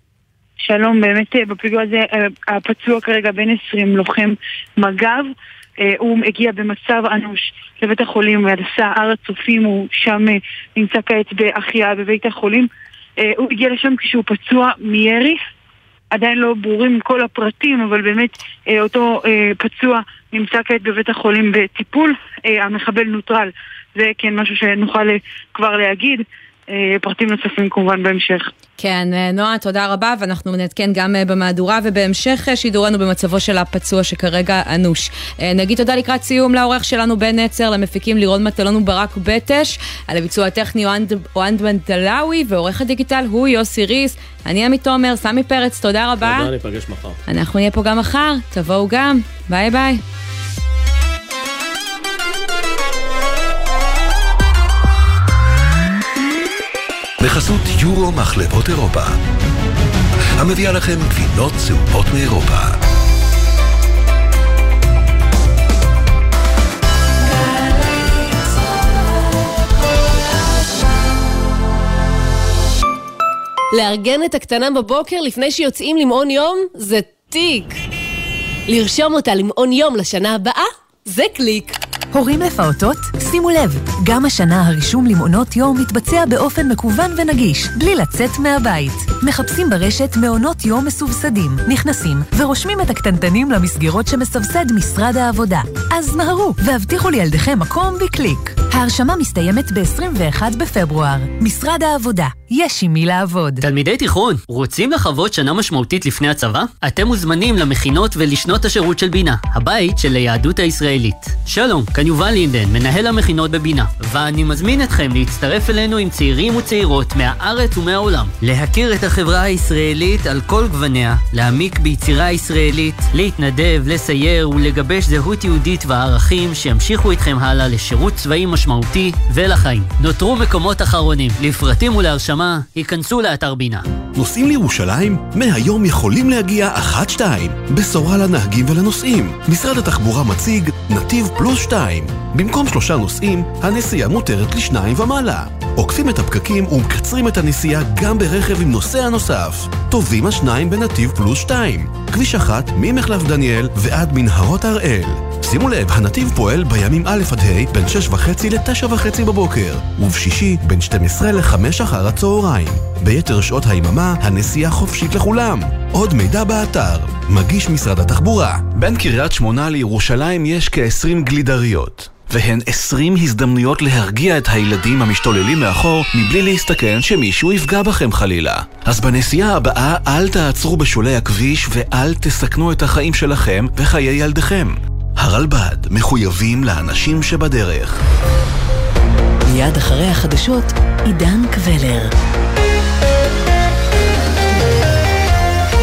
שלום, באמת בפיגוע הזה הפצוע כרגע בן עשרים, לוחם מג"ב, הוא הגיע במצב אנוש לבית החולים והדסה הר הצופים, הוא שם נמצא כעת בהחייאה בבית החולים. הוא הגיע לשם כשהוא פצוע מירי, עדיין לא ברורים כל הפרטים, אבל באמת אותו פצוע נמצא כעת בבית החולים בטיפול, המחבל נוטרל, זה כן משהו שנוכל כבר להגיד, פרטים נוספים כמובן בהמשך. כן, נועה, תודה רבה, ואנחנו נתקן גם במהדורה, ובהמשך שידורנו במצבו של הפצוע שכרגע אנוש. נגיד תודה לקראת סיום לעורך שלנו בן נצר, למפיקים לירון מטלון וברק בטש, על הביצוע הטכני אוהנד מנטלאוי, ועורך הדיגיטל הוא יוסי ריס. אני עמית תומר, סמי פרץ, תודה רבה. תודה, ניפגש מחר. אנחנו נהיה פה גם מחר, תבואו גם, ביי ביי. בחסות יורו מחלבות אירופה, המביאה לכם גבינות צהובות מאירופה. לארגן את הקטנה בבוקר לפני שיוצאים למעון יום זה טיק. לרשום אותה למעון יום לשנה הבאה זה קליק. הורים לפעוטות, שימו לב, גם השנה הרישום למעונות יום מתבצע באופן מקוון ונגיש, בלי לצאת מהבית. מחפשים ברשת מעונות יום מסובסדים, נכנסים ורושמים את הקטנטנים למסגרות שמסבסד משרד העבודה. אז מהרו והבטיחו לילדיכם מקום בקליק. ההרשמה מסתיימת ב-עשרים ואחד בפברואר. משרד העבודה, יש עם מי לעבוד. תלמידי תיכון, רוצים לחוות שנה משמעותית לפני הצבא? אתם מוזמנים למכינות ולשנות השירות של בינה, הבית של היהדות הישראלית. שלום, כאן יובל לינדן, מנהל המכינות בבינה, ואני מזמין אתכם להצטרף אלינו עם צעירים וצעירות מהארץ ומהעולם. להכיר את החברה הישראלית על כל גווניה, להעמיק ביצירה ישראלית, להתנדב, לסייר ולגבש זהות יהודית וערכים שימשיכו איתכם הלאה לשירות צבאי משמעותי ולחיים. נותרו מקומות אחרונים. לפרטים ולהרשמה, היכנסו לאתר בינה. נוסעים לירושלים? מהיום יכולים להגיע אחת שתיים. בשורה לנהגים ולנוסעים. משרד התחבורה מציג נתיב פלוס שתיים. במקום שלושה נוסעים, הנסיעה מותרת לשניים ומעלה. עוקפים את הפקקים ומקצרים את הנסיעה גם ברכב עם נוסע נוסף. טובים השניים בנתיב פלוס שתיים. כביש אחת ממחלף דניאל ועד מנהרות הראל. שימו לב, הנתיב פועל בימים א' עד ה' בין שש וחצי לתשע וחצי בבוקר, ובשישי בין שתים עשרה לחמש אחר הצהריים. ביתר שעות היממה, הנסיעה חופשית לכולם. עוד מידע באתר. מגיש משרד התחבורה. בין קריית שמונה לירושלים יש כ-עשרים גלידריות. והן עשרים הזדמנויות להרגיע את הילדים המשתוללים מאחור מבלי להסתכן שמישהו יפגע בכם חלילה. אז בנסיעה הבאה אל תעצרו בשולי הכביש ואל תסכנו את החיים שלכם וחיי ילדיכם. הרלב"ד מחויבים לאנשים שבדרך. מיד אחרי החדשות, עידן קבלר.